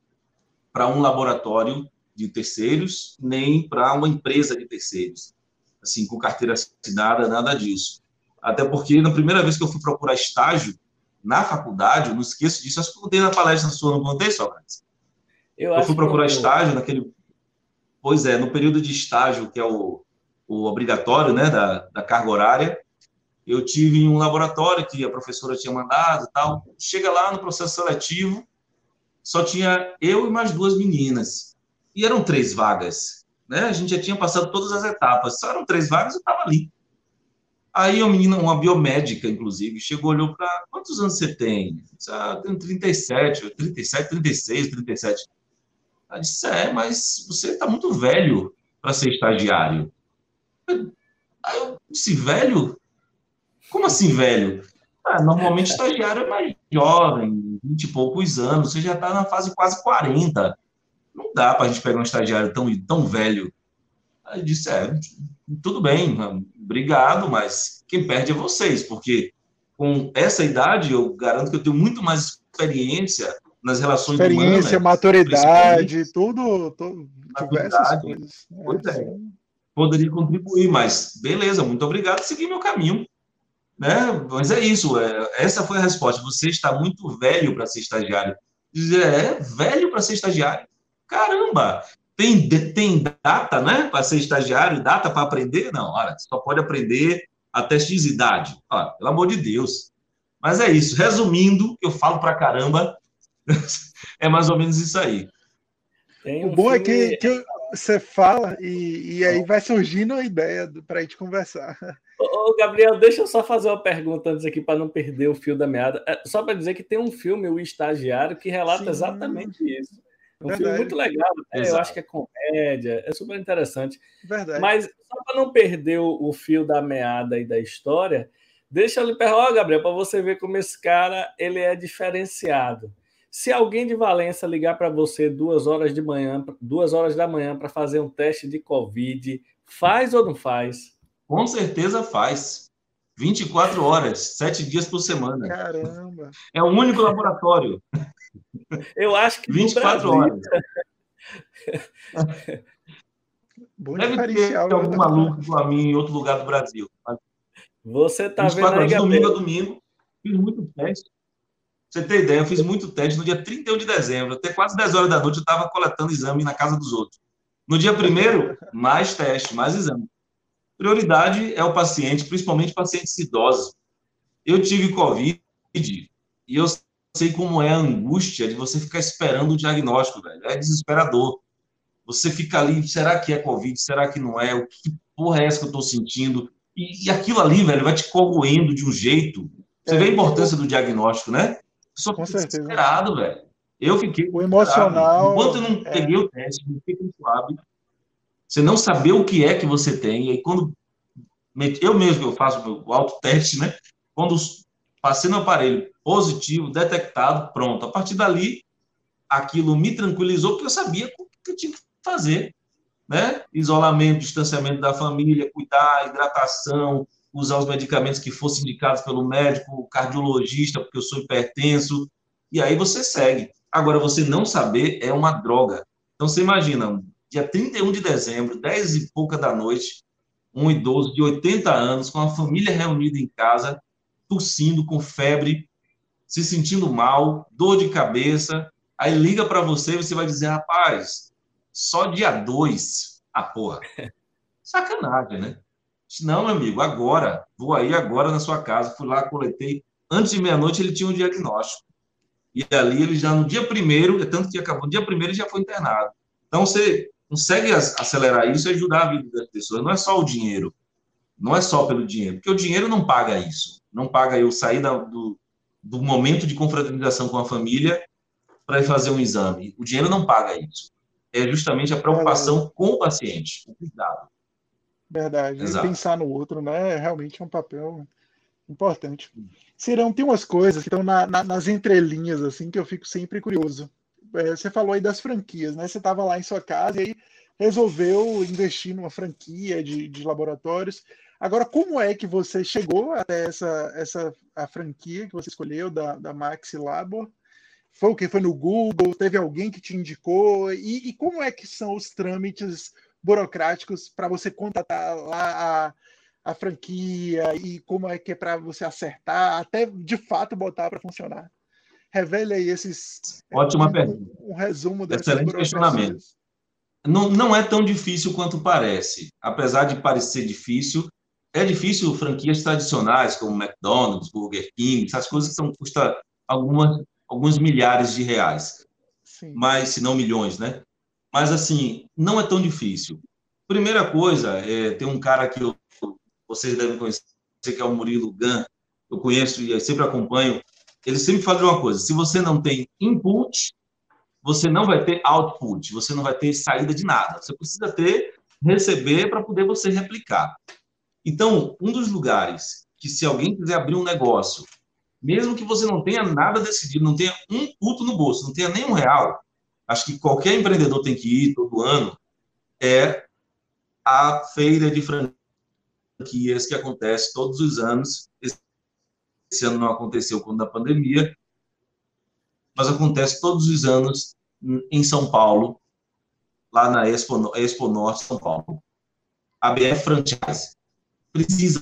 para um laboratório de terceiros, nem para uma empresa de terceiros. Assim, com carteira assinada, nada disso. Até porque, na primeira vez que eu fui procurar estágio na faculdade, eu não esqueço disso, acho que eu contei na palestra sua, não contei, Sócrates? Eu, eu fui procurar estágio naquele... Pois é, no período de estágio, que é o, o obrigatório, né, da, da carga horária, eu tive um laboratório que a professora tinha mandado e tal. Chega lá no processo seletivo, só tinha eu e mais duas meninas. E eram três vagas, né? A gente já tinha passado todas as etapas. Só eram três vagas, eu estava ali. Aí uma menina, uma biomédica, inclusive, chegou e olhou para... Quantos anos você tem? Ah, tenho trinta e sete, trinta e sete, trinta e seis, trinta e sete. Ela disse, é, mas você está muito velho para ser estagiário. Aí eu disse, velho? Como assim, velho? Ah, normalmente estagiário é mais jovem, vinte e poucos anos, você já está na fase quase quarenta. Não dá para a gente pegar um estagiário tão, tão velho. Aí eu disse, é, tudo bem, obrigado, mas quem perde é vocês, porque com essa idade eu garanto que eu tenho muito mais experiência nas relações experiência, humanas. Experiência, maturidade, tudo, tudo diversas coisas. Pois é, é. Poderia contribuir, mas beleza, muito obrigado, segui meu caminho. Né? Mas é isso, é, essa foi a resposta. Você está muito velho para ser estagiário. Dizer, é velho para ser estagiário? Caramba! Tem, tem data, né, para ser estagiário, data para aprender? Não, olha, só pode aprender até X idade. Olha, pelo amor de Deus. Mas é isso. Resumindo, eu falo para caramba, é mais ou menos isso aí. Um o bom filme... é que, que você fala e, e aí vai surgindo a ideia para a gente conversar. Ô, Gabriel, deixa eu só fazer uma pergunta antes aqui para não perder o fio da meada. É, só para dizer que tem um filme, O Estagiário, que relata Sim. exatamente isso. É um Verdade. filme muito legal, né? Eu acho que é comédia, é super interessante. Verdade. Mas só para não perder o, o fio da meada e da história, deixa eu lhe perguntar, Gabriel, para você ver como esse cara ele é diferenciado. Se alguém de Valença ligar para você duas horas de manhã, duas horas da manhã para fazer um teste de Covid, faz ou não faz? Com certeza faz. vinte e quatro horas, sete dias por semana. Caramba! É o único laboratório. Eu acho que vinte e quatro horas. Bom Deve ter algum maluco com a mim em outro lugar do Brasil. Você está vendo aí, de domingo a domingo, fiz muito teste. Pra você ter ideia, eu fiz muito teste no dia trinta e um de dezembro. Até quase dez horas da noite eu estava coletando exame na casa dos outros. No dia primeiro, mais teste, mais exame. Prioridade é o paciente, principalmente pacientes idosos. Eu tive Covid e eu sei como é a angústia de você ficar esperando o diagnóstico, velho. É desesperador. Você fica ali, será que é Covid? Será que não é? O que porra é essa que eu estou sentindo? E, e aquilo ali, velho, vai te corroendo de um jeito. Você é, vê a importância do diagnóstico, né? Só com certeza. Desesperado, velho. Eu fiquei o emocional. Enquanto eu não é... peguei o teste, não fiquei com suave. Você não saber o que é que você tem, e aí quando eu mesmo eu faço o meu autoteste, né? Quando passei no aparelho positivo, detectado, pronto. A partir dali, aquilo me tranquilizou, porque eu sabia o que eu tinha que fazer. né? Isolamento, distanciamento da família, cuidar, hidratação, usar os medicamentos que fossem indicados pelo médico, cardiologista, porque eu sou hipertenso, e aí você segue. Agora, você não saber é uma droga. Então, você imagina, dia trinta e um de dezembro, dez e pouca da noite, um idoso de oitenta anos, com a família reunida em casa, tossindo, com febre, se sentindo mal, dor de cabeça, aí liga para você e você vai dizer, rapaz, só dia dois, ah, porra, sacanagem, né? Não, meu amigo, agora, vou aí agora na sua casa, fui lá, coletei, antes de meia-noite ele tinha um diagnóstico, e ali ele já no dia primeiro, tanto que acabou, no dia primeiro ele já foi internado. Então você consegue acelerar isso e ajudar a vida das pessoas, não é só o dinheiro, não é só pelo dinheiro, porque o dinheiro não paga isso, não paga eu sair da, do, do momento de confraternização com a família para ir fazer um exame. O dinheiro não paga isso. É justamente a preocupação Verdade. com o paciente, o cuidado. Verdade. E Exato. pensar no outro, né? É realmente um papel importante. Serão, tem umas coisas que estão na, na, nas entrelinhas, assim, que eu fico sempre curioso. É, você falou aí das franquias, né? Você estava lá em sua casa e aí resolveu investir numa franquia de, de laboratórios. Agora, como é que você chegou até essa, essa a franquia que você escolheu, da, da Maxi Labor? Foi o que? Foi no Google? Teve alguém que te indicou? E, e como é que são os trâmites burocráticos para você contratar lá a, a franquia e como é que é para você acertar, até de fato botar para funcionar? Revele aí esses, Ótima um, pergunta. um resumo dessas Excelente questionamento. burocracias. Não, não é tão difícil quanto parece. Apesar de parecer difícil, é difícil franquias tradicionais, como McDonald's, Burger King, essas coisas que são, custa algumas, alguns milhares de reais. Sim. Mas, se não milhões, né? Mas, assim, não é tão difícil. Primeira coisa, é, tem um cara que eu, vocês devem conhecer, que é o Murilo Gun, eu conheço e eu sempre acompanho. Ele sempre fala uma coisa: se você não tem input, você não vai ter output, você não vai ter saída de nada. Você precisa ter, receber para poder você replicar. Então, um dos lugares que, se alguém quiser abrir um negócio, mesmo que você não tenha nada decidido, não tenha um puto no bolso, não tenha nem um real, acho que qualquer empreendedor tem que ir todo ano, é a feira de franquias que acontece todos os anos. Esse ano não aconteceu quando da pandemia, mas acontece todos os anos em São Paulo, lá na Expo, Expo Norte, São Paulo. A B F Franchise precisa.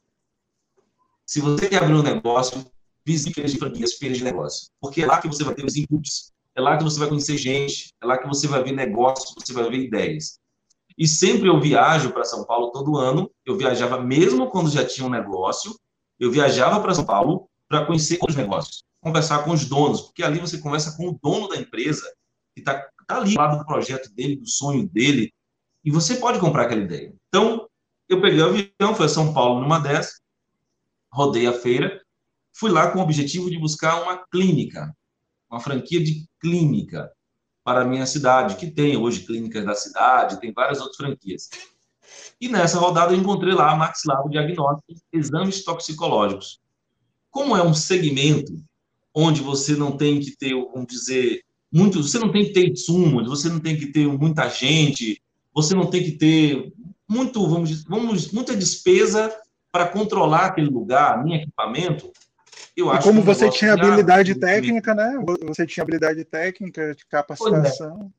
Se você quer abrir um negócio, visite feiras de franquias, feiras de negócio. Porque é lá que você vai ter os inputs, é lá que você vai conhecer gente, é lá que você vai ver negócios, você vai ver ideias. E sempre eu viajo para São Paulo todo ano, eu viajava mesmo quando já tinha um negócio, eu viajava para São Paulo para conhecer os negócios, conversar com os donos, porque ali você conversa com o dono da empresa, que está tá ali lá do projeto dele, do sonho dele, e você pode comprar aquela ideia. Então, eu peguei o avião, fui a São Paulo numa dessas, rodei a feira, fui lá com o objetivo de buscar uma clínica, uma franquia de clínica para a minha cidade, que tem hoje clínicas da cidade, tem várias outras franquias. E nessa rodada eu encontrei lá a Max Labo Diagnóstico, exames toxicológicos. Como é um segmento onde você não tem que ter, vamos dizer, muito, você não tem que ter insumos, você não tem que ter muita gente, você não tem que ter muito, vamos, vamos, muita despesa para controlar aquele lugar, nem equipamento. Eu E acho como que um você tinha já, habilidade técnica, né? Você tinha habilidade técnica, de capacitação.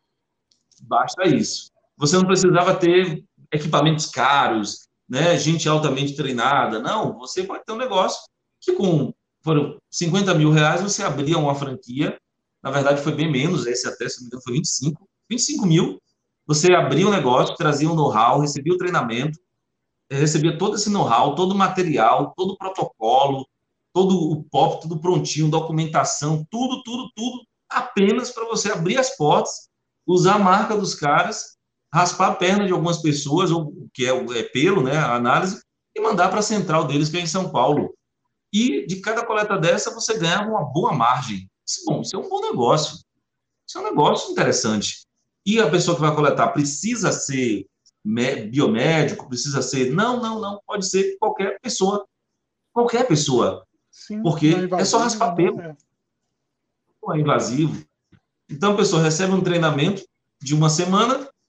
Basta isso. Você não precisava ter equipamentos caros, né? Gente altamente treinada. Não, você pode ter um negócio que com foram cinquenta mil reais você abria uma franquia. Na verdade, foi bem menos, esse até, se não me engano, foi vinte e cinco. vinte e cinco mil. Você abria um negócio, trazia um know-how, recebia o treinamento, recebia todo esse know-how, todo o material, todo o protocolo, todo o P O P, tudo prontinho, documentação, tudo, tudo, tudo, apenas para você abrir as portas, usar a marca dos caras, raspar a perna de algumas pessoas, ou que é, é pelo, né, a análise, e mandar para a central deles, que é em São Paulo. E de cada coleta dessa, você ganhava uma boa margem. Isso, bom, isso é um bom negócio. Isso é um negócio interessante. E a pessoa que vai coletar precisa ser biomédico, precisa ser... Não, não, não. Pode ser qualquer pessoa. Qualquer pessoa. Sim, Porque é só raspar pelo. Né? Não é invasivo. Então, a pessoa recebe um treinamento de uma semana,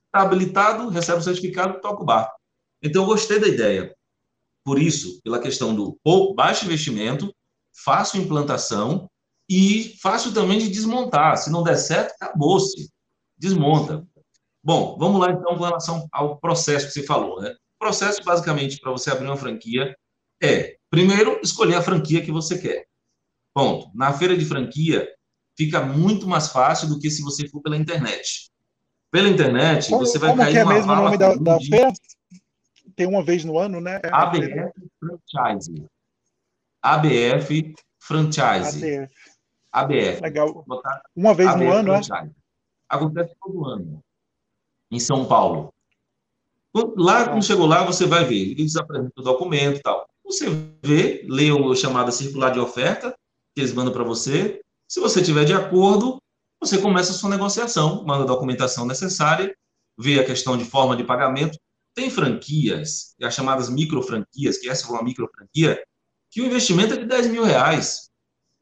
está habilitado, recebe o certificado, toca o barco. Então, eu gostei da ideia. Por isso, pela questão do pouco, baixo investimento, fácil implantação e fácil também de desmontar. Se não der certo, acabou-se. Desmonta. Bom, vamos lá então com relação ao processo que você falou, né? O processo, basicamente, para você abrir uma franquia é, primeiro, escolher a franquia que você quer. Ponto. Na feira de franquia, fica muito mais fácil do que se você for pela internet. Pela internet, Como, você vai como cair que é numa mesmo o vala nome da, da de feira? Tem uma vez no ano, né? É A B F Franchise. A B F Franchise. A B F. A B F. Legal. Botar Uma vez no A B F ano, é? Franchise. Acontece todo ano, em São Paulo. Lá, quando chegou lá, você vai ver. Eles apresentam o documento e tal. Você vê, lê o chamado circular de oferta, que eles mandam para você. Se você tiver de acordo, você começa a sua negociação, manda a documentação necessária, vê a questão de forma de pagamento. Tem franquias, as chamadas micro franquias, que essa é uma micro franquia, que o investimento é de dez mil reais.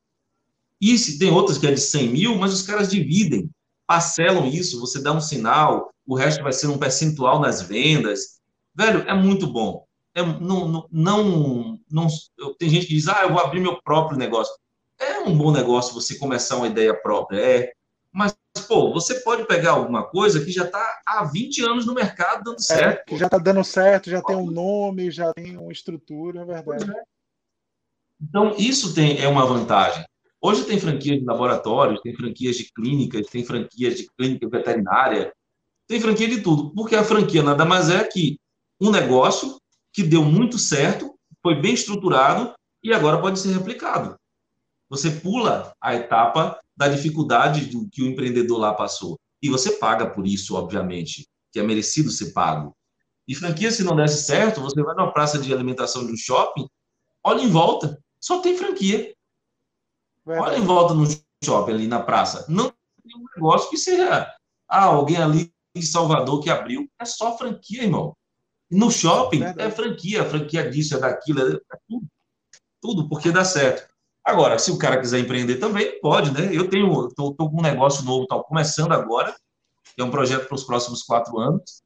E se tem outras que é de cem mil, mas os caras dividem, parcelam isso, você dá um sinal, o resto vai ser um percentual nas vendas. Velho, é muito bom. É, não, não, não, não, tem gente que diz, ah, eu vou abrir meu próprio negócio. É um bom negócio você começar uma ideia própria, é. Mas, pô, você pode pegar alguma coisa que já está há vinte anos no mercado dando certo. É, que já está dando certo, já tem um nome, já tem uma estrutura, é verdade. É. Então, isso tem, é uma vantagem. Hoje tem franquias de laboratórios, tem franquias de clínicas, tem franquias de clínica veterinária, tem franquia de tudo. Porque a franquia nada mais é que um negócio que deu muito certo, foi bem estruturado e agora pode ser replicado. Você pula a etapa da dificuldade do que o empreendedor lá passou. E você paga por isso, obviamente, que é merecido ser pago. E franquia, se não desse certo, você vai numa praça de alimentação de um shopping, olha em volta, só tem franquia. Verdade. Olha em volta no shopping, ali na praça. Não tem um negócio que seja ah, alguém ali em Salvador que abriu. É só franquia, irmão. No shopping, verdade, é franquia. Franquia disso, é daquilo, é tudo. Tudo, porque dá certo. Agora, se o cara quiser empreender também, pode, né? Eu tenho, tô, tô com um negócio novo, tá começando agora, que é um projeto para os próximos quatro anos,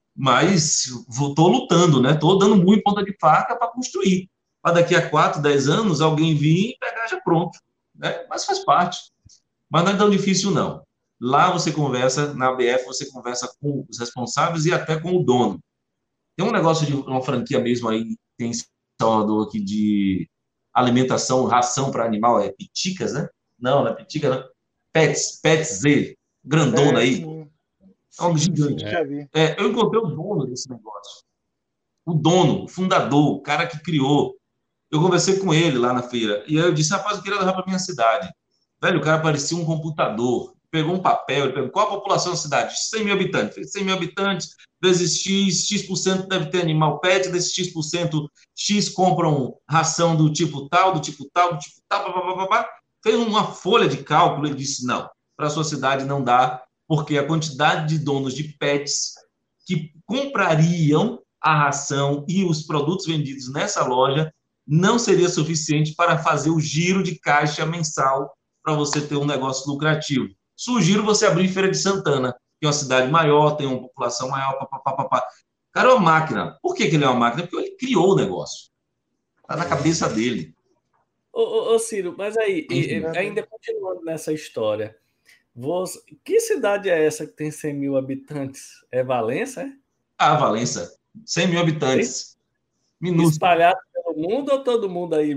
mas estou lutando, né? Estou dando muito ponta de faca para construir. Para daqui a quatro, dez anos, alguém vir e pegar já pronto. Né? Mas faz parte. Mas não é tão difícil, não. Lá você conversa, na A B F, você conversa com os responsáveis e até com o dono. Tem um negócio de uma franquia mesmo aí, tem em Salvador aqui de alimentação, ração para animal, é Piticas, né? Não, não é Pitica, não. Pets, Pets Z, grandona aí. Sim, é um gigante. Sim, já vi. É, eu encontrei o dono desse negócio. O dono, o fundador, o cara que criou. Eu conversei com ele lá na feira. E aí eu disse, rapaz, eu queria levar para minha cidade. Velho, o cara parecia um computador. Pegou um papel, ele perguntou, qual a população da cidade? cem mil habitantes. cem mil habitantes, vezes X, X% deve ter animal pet, desses X%, X compram ração do tipo tal, do tipo tal, do tipo tal, pá, pá, pá, pá. Fez uma folha de cálculo e disse, não, para a sua cidade não dá, porque a quantidade de donos de pets que comprariam a ração e os produtos vendidos nessa loja não seria suficiente para fazer o giro de caixa mensal para você ter um negócio lucrativo. Sugiro você abrir Feira de Santana, que é uma cidade maior, tem uma população maior, papapá. O cara é uma máquina. Por que, que ele é uma máquina? Porque ele criou o negócio. Está na cabeça dele. Ô, ô, ô Ciro, mas aí, e, ainda continuando nessa história, você, que cidade é essa que tem cem mil habitantes? É Valença, é? Ah, Valença. cem mil habitantes. Minúsculo. Espalhado pelo mundo ou todo mundo aí?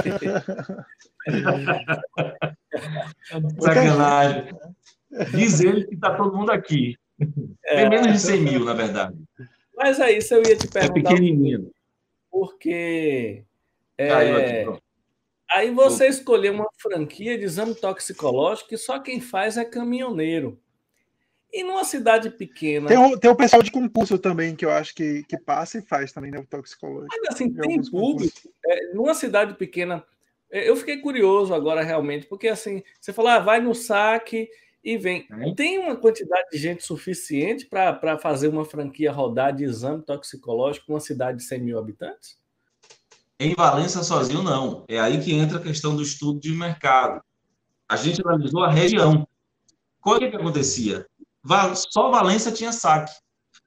Sacanagem. Diz ele que está todo mundo aqui. É. Tem menos de cem mil, na verdade. Mas aí, isso eu ia te perguntar. É pequenininho. Porque... É, Caiu aqui, pronto. Aí você escolheu uma franquia de exame toxicológico que só quem faz é caminhoneiro. E numa cidade pequena... Tem o, tem o pessoal de concurso também, que eu acho que, que passa e faz também, né? O toxicológico. Mas assim, tem público. É, numa cidade pequena... Eu fiquei curioso agora, realmente, porque assim, você falou, ah, vai no saque e vem. É. Tem uma quantidade de gente suficiente para fazer uma franquia rodar de exame toxicológico numa cidade de cem mil habitantes? Em Valença sozinho, não. É aí que entra a questão do estudo de mercado. A gente analisou a região. Qual é que acontecia? Só Valença tinha saque.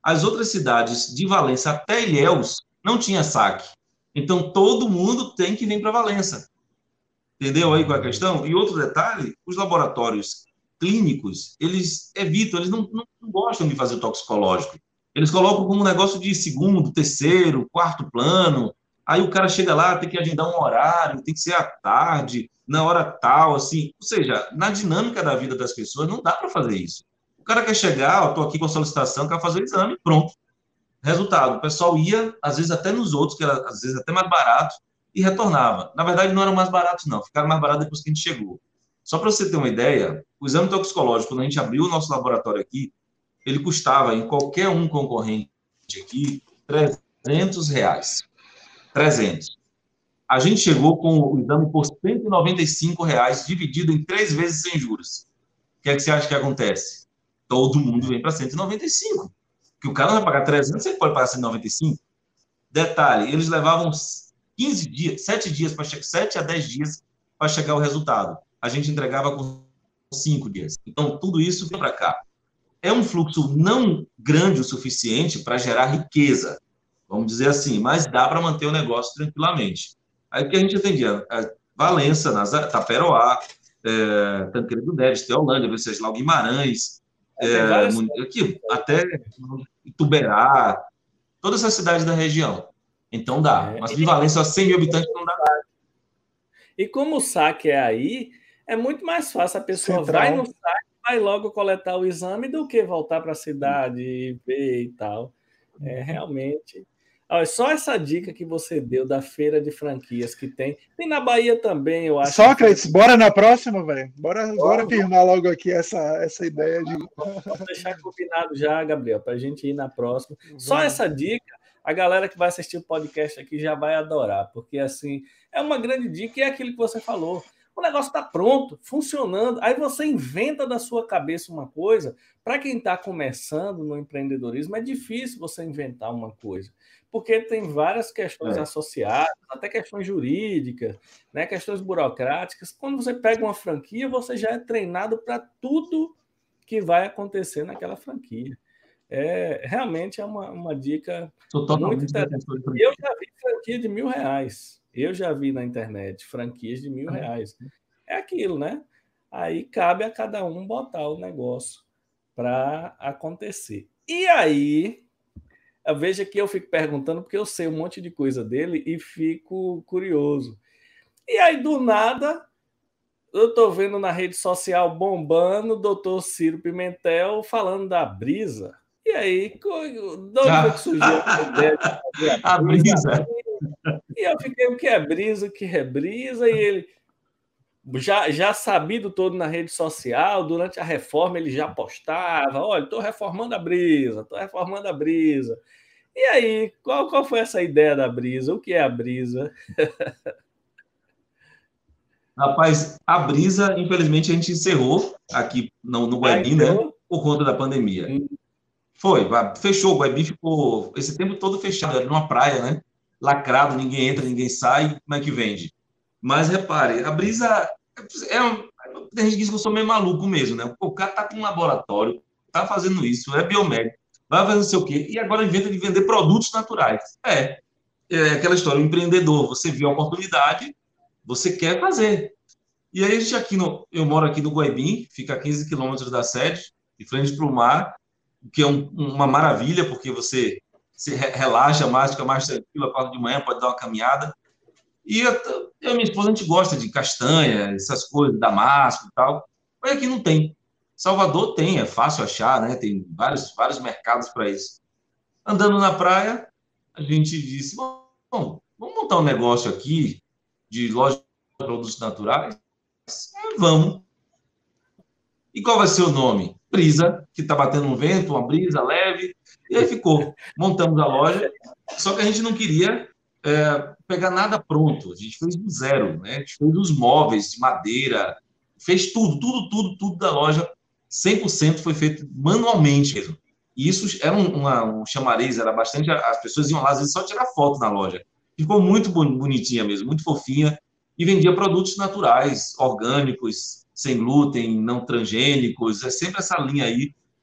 As outras cidades de Valença até Ilhéus não tinha saque. Então, todo mundo tem que vir para Valença. Entendeu aí qual é a questão? E outro detalhe, os laboratórios clínicos, eles evitam, eles não, não, não gostam de fazer o toxicológico. Eles colocam como um negócio de segundo, terceiro, quarto plano. Aí o cara chega lá, tem que agendar um horário, tem que ser à tarde, na hora tal, assim. Ou seja, na dinâmica da vida das pessoas, não dá para fazer isso. O cara quer chegar, ó, tô aqui com a solicitação, quer fazer o exame, pronto. Resultado, o pessoal ia, às vezes até nos outros, que era às vezes até mais barato, e retornava. Na verdade, não eram mais baratos, não. Ficaram mais baratos depois que a gente chegou. Só para você ter uma ideia, o exame toxicológico, quando a gente abriu o nosso laboratório aqui, ele custava, em qualquer um concorrente aqui, trezentos reais. trezentos. A gente chegou com o exame por cento e noventa e cinco reais, dividido em três vezes sem juros. O que é que você acha que acontece? Todo mundo vem para cento e noventa e cinco. Que o cara não vai pagar trezentos, você pode pagar cento e noventa e cinco. Detalhe, eles levavam quinze dias, sete dias para chegar, sete a dez dias para chegar o resultado. A gente entregava com cinco dias. Então, tudo isso vem para cá. É um fluxo não grande o suficiente para gerar riqueza, vamos dizer assim, mas dá para manter o negócio tranquilamente. Aí o que a gente atendia? Valença, Nazaré, Taperoá, é, Tancredo Neves, Teolândia, Venceslau Guimarães, é, aqui, até Ituberá, todas essas cidades da região. Então dá. É, mas de Valença, cem mil habitantes, não dá. E como o saque é aí, é muito mais fácil. A pessoa Central. vai no saque, vai logo coletar o exame do que voltar para a cidade e ver e tal. É realmente... Olha, só essa dica que você deu da feira de franquias que tem. Tem na Bahia também, eu acho. Sócrates, que... bora na próxima, velho. Bora, bora firmar logo aqui essa, essa ideia de... Vamos deixar combinado já, Gabriel, para a gente ir na próxima. Uhum. Só essa dica, a galera que vai assistir o podcast aqui já vai adorar, porque assim, é uma grande dica e é aquilo que você falou. O negócio está pronto, funcionando. Aí você inventa da sua cabeça uma coisa. Para quem está começando no empreendedorismo, é difícil você inventar uma coisa, porque tem várias questões é. associadas, até questões jurídicas, né, questões burocráticas. Quando você pega uma franquia, você já é treinado para tudo que vai acontecer naquela franquia. É, realmente é uma, uma dica muito interessante. Eu já vi franquia de mil reais. Eu já vi na internet franquias de mil reais. É aquilo, né? Aí cabe a cada um botar o negócio para acontecer. E aí, veja que eu fico perguntando, porque eu sei um monte de coisa dele e fico curioso. E aí, do nada, eu estou vendo na rede social bombando o doutor Ciro Pimentel falando da Brisa. E aí, de onde foi que surgiu a ideia de fazer a Brisa? A brisa. E eu fiquei, o que é Brisa, o que é Brisa? E ele, já, já sabido todo na rede social, durante a reforma ele já postava, olha, estou reformando a Brisa, estou reformando a Brisa. E aí, qual, qual foi essa ideia da Brisa? O que é a Brisa? Rapaz, a Brisa, infelizmente, a gente encerrou aqui no, no Guaibim, né? Por conta da pandemia. Hum. Foi, fechou, o Guaibim ficou esse tempo todo fechado, era numa praia, né? Lacrado, ninguém entra, ninguém sai, como é que vende? Mas repare, a Brisa é um, tem gente que diz que eu sou meio maluco mesmo, né? O cara tá com um laboratório, tá fazendo isso, é biomédico, vai fazer não sei o quê, e agora inventa de vender produtos naturais. É, é aquela história, o empreendedor, você viu a oportunidade, você quer fazer. E aí a gente aqui, no, eu moro aqui no Guaibim, fica a quinze quilômetros da sede, de frente para o mar, que é um, uma maravilha, porque você se relaxa mais, fica mais tranquilo, acorda de manhã, pode dar uma caminhada. E eu, eu e minha esposa, a gente gosta de castanha, essas coisas, damasco e tal. Mas aqui não tem. Salvador tem, é fácil achar, né? Tem vários, vários mercados para isso. Andando na praia, a gente disse, bom, vamos montar um negócio aqui de loja de produtos naturais? É, vamos. E qual vai ser o nome? Brisa, que está batendo um vento, uma brisa leve. E aí ficou. Montamos a loja, só que a gente não queria é, pegar nada pronto. A gente fez do zero, né? A gente fez os móveis de madeira, fez tudo, tudo, tudo, tudo da loja. cem por cento foi feito manualmente mesmo. E isso era um, uma, um chamariz, era bastante... As pessoas iam lá, às vezes, só tirar foto na loja. Ficou muito bonitinha mesmo, muito fofinha. E vendia produtos naturais, orgânicos, sem glúten, não transgênicos. É sempre essa linha aí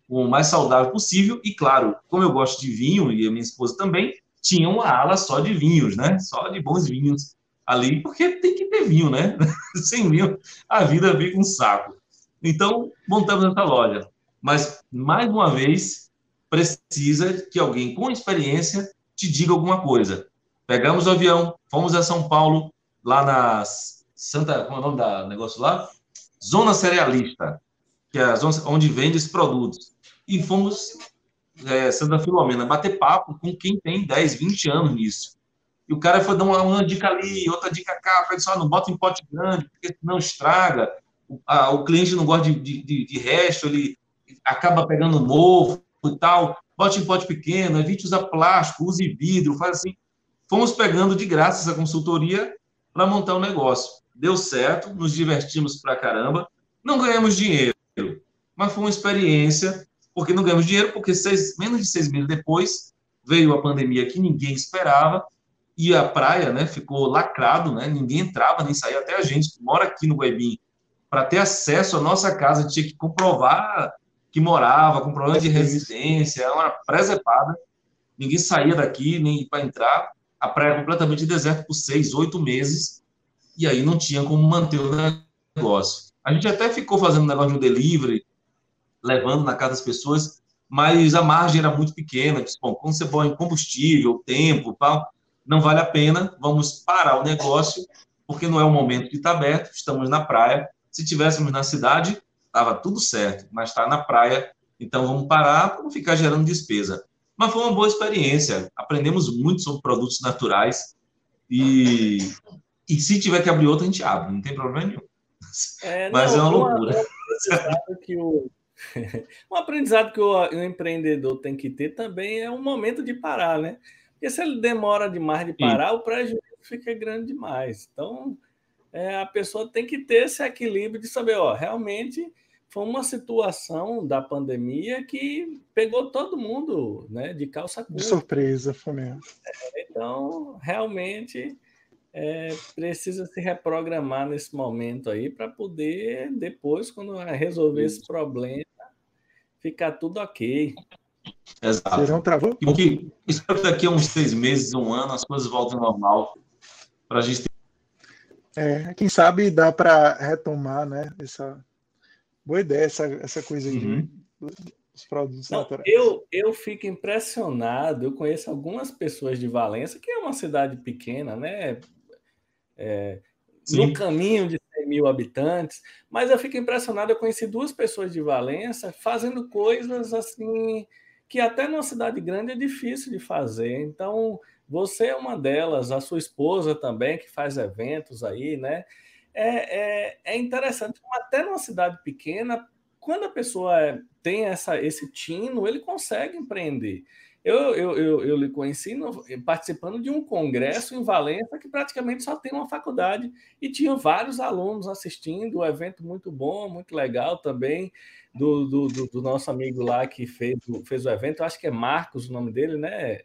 o mais saudável possível. E, claro, como eu gosto de vinho, e a minha esposa também, tinha uma ala só de vinhos, né? Só de bons vinhos ali, porque tem que ter vinho, né? Sem vinho, a vida fica um saco. Então, montamos essa loja. Mas, mais uma vez, precisa que alguém com experiência te diga alguma coisa. Pegamos o avião, fomos a São Paulo, lá na Santa... Como é o nome da negócio lá? Zona Cerealista, que é a zona onde vende os produtos. E fomos, é, Santa Filomena, bater papo com quem tem dez, vinte anos nisso. E o cara foi dar uma, uma dica ali, outra dica cá, foi só não bota em pote grande, porque senão estraga. O, a, o cliente não gosta de, de, de resto, ele acaba pegando mofo e tal. Bote em pote pequeno, evite usar plástico, use vidro, faz assim. Fomos pegando de graça essa consultoria para montar o um negócio. Deu certo, nos divertimos pra caramba. Não ganhamos dinheiro, mas foi uma experiência, porque não ganhamos dinheiro, porque seis, menos de seis meses depois veio a pandemia que ninguém esperava, e a praia, né, ficou lacrado, né, ninguém entrava nem saía, até a gente que mora aqui no Guaibim, para ter acesso à nossa casa, tinha que comprovar que morava, com problema de residência, uma presepada, ninguém saía daqui nem para entrar, a praia completamente deserta por seis, oito meses, e aí não tinha como manter o negócio. A gente até ficou fazendo um negócio de um delivery, levando na casa das pessoas, mas a margem era muito pequena. Disse, bom, quando você põe combustível, tempo, tal, não vale a pena, vamos parar o negócio, porque não é o momento de estar aberto, estamos na praia. Se tivéssemos na cidade, estava tudo certo, mas está na praia, então vamos parar para não ficar gerando despesa. Mas foi uma boa experiência, aprendemos muito sobre produtos naturais e, e se tiver que abrir outro, a gente abre, não tem problema nenhum. É, mas não, é uma uma, loucura. Um aprendizado que o, um aprendizado que o, o empreendedor tem que ter também é um momento de parar, né? Porque se ele demora demais de parar, Sim. o prejuízo fica grande demais. Então, é, a pessoa tem que ter esse equilíbrio de saber, ó, realmente foi uma situação da pandemia que pegou todo mundo, né, de calça curta. De surpresa, foi mesmo. É, então, realmente, é, precisa se reprogramar nesse momento aí para poder, depois, quando resolver Isso. esse problema, ficar tudo ok. Exato. Você não travou? Porque espero que daqui a uns seis meses, um ano, as coisas voltem ao normal para a gente ter... É, quem sabe dá para retomar, né? Essa boa ideia, essa, essa coisa aí uhum. de, dos produtos Não, naturais. Eu, eu fico impressionado, eu conheço algumas pessoas de Valença, que é uma cidade pequena, né? É, no caminho de cem mil habitantes, mas eu fico impressionado, eu conheci duas pessoas de Valença fazendo coisas assim que até numa cidade grande é difícil de fazer. Então, você é uma delas, a sua esposa também, que faz eventos aí, né? É, é, é interessante, até numa cidade pequena, quando a pessoa tem essa, esse tino, ele consegue empreender. Eu, eu, eu, eu lhe conheci no, participando de um congresso em Valença que praticamente só tem uma faculdade e tinha vários alunos assistindo, um evento muito bom, muito legal também, do, do, do, do nosso amigo lá que fez, fez o evento, eu acho que é Marcos o nome dele, né,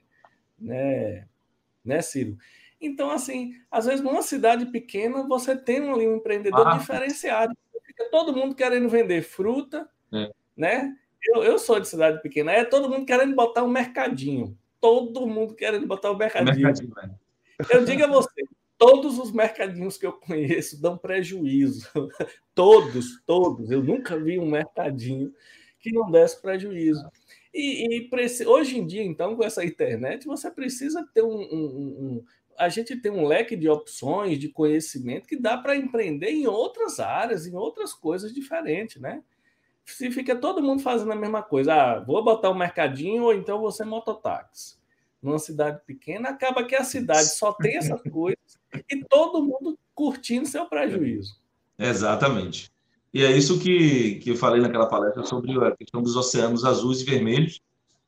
né, né Ciro? Então, assim, às vezes numa cidade pequena você tem ali um empreendedor ah. diferenciado, fica todo mundo querendo vender fruta, é. né? Eu, eu sou de cidade pequena, é todo mundo querendo botar um mercadinho. Todo mundo querendo botar um mercadinho. mercadinho eu digo a você, todos os mercadinhos que eu conheço dão prejuízo. Todos, todos. Eu nunca vi um mercadinho que não desse prejuízo. E, e hoje em dia, então, com essa internet, você precisa ter um, um, um... A gente tem um leque de opções, de conhecimento, que dá para empreender em outras áreas, em outras coisas diferentes, né? Se fica todo mundo fazendo a mesma coisa, ah, vou botar um mercadinho ou então vou ser mototáxi. Numa cidade pequena, acaba que a cidade só tem essas coisas e todo mundo curtindo seu prejuízo. Exatamente. E é isso que, que eu falei naquela palestra sobre a questão dos oceanos azuis e vermelhos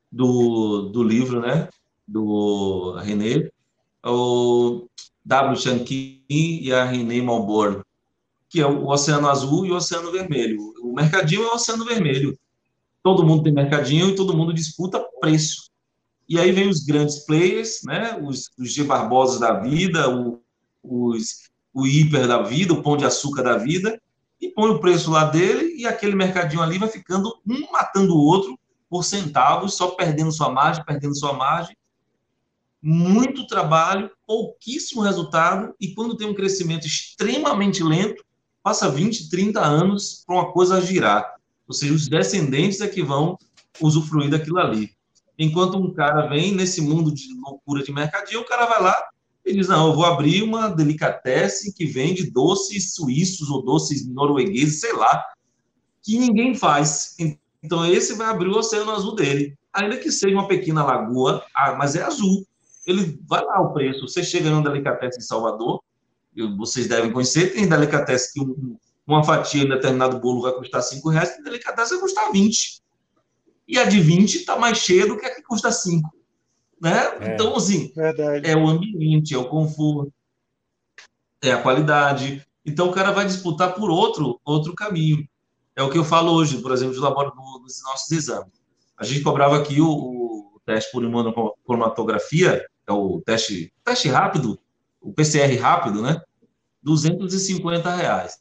do, do livro, né, do René, o W. Chanqui e a René Malborn, que é o Oceano Azul e o Oceano Vermelho. O mercadinho é o Oceano Vermelho. Todo mundo tem mercadinho e todo mundo disputa preço. E aí vem os grandes players, né? os, os G. Barbosa da vida, o, os, o Hiper da vida, o Pão de Açúcar da vida, e põe o preço lá dele e aquele mercadinho ali vai ficando um matando o outro por centavos, só perdendo sua margem, perdendo sua margem. Muito trabalho, pouquíssimo resultado, e quando tem um crescimento extremamente lento, passa vinte, trinta anos para uma coisa girar. Ou seja, os descendentes é que vão usufruir daquilo ali. Enquanto um cara vem nesse mundo de loucura de mercadinho, o cara vai lá e diz, não, eu vou abrir uma delicatessen que vende doces suíços ou doces noruegueses, sei lá, que ninguém faz. Então, esse vai abrir o oceano azul dele. Ainda que seja uma pequena lagoa, ah, mas é azul. Ele vai lá o preço. Você chega numa delicatessen em Salvador, vocês devem conhecer, tem delicatessen que um, uma fatia em determinado bolo vai custar cinco reais, tem delicatessen vai custar vinte. E a de vinte está mais cheia do que a que custa cinco. Né? É, então, assim, verdade. É o ambiente, é o conforto, é a qualidade. Então, o cara vai disputar por outro, outro caminho. É o que eu falo hoje, por exemplo, do laboratório dos nossos exames. A gente cobrava aqui o, o teste por imunocromatografia, é o teste, teste rápido, o P C R rápido, né? duzentos e cinquenta reais.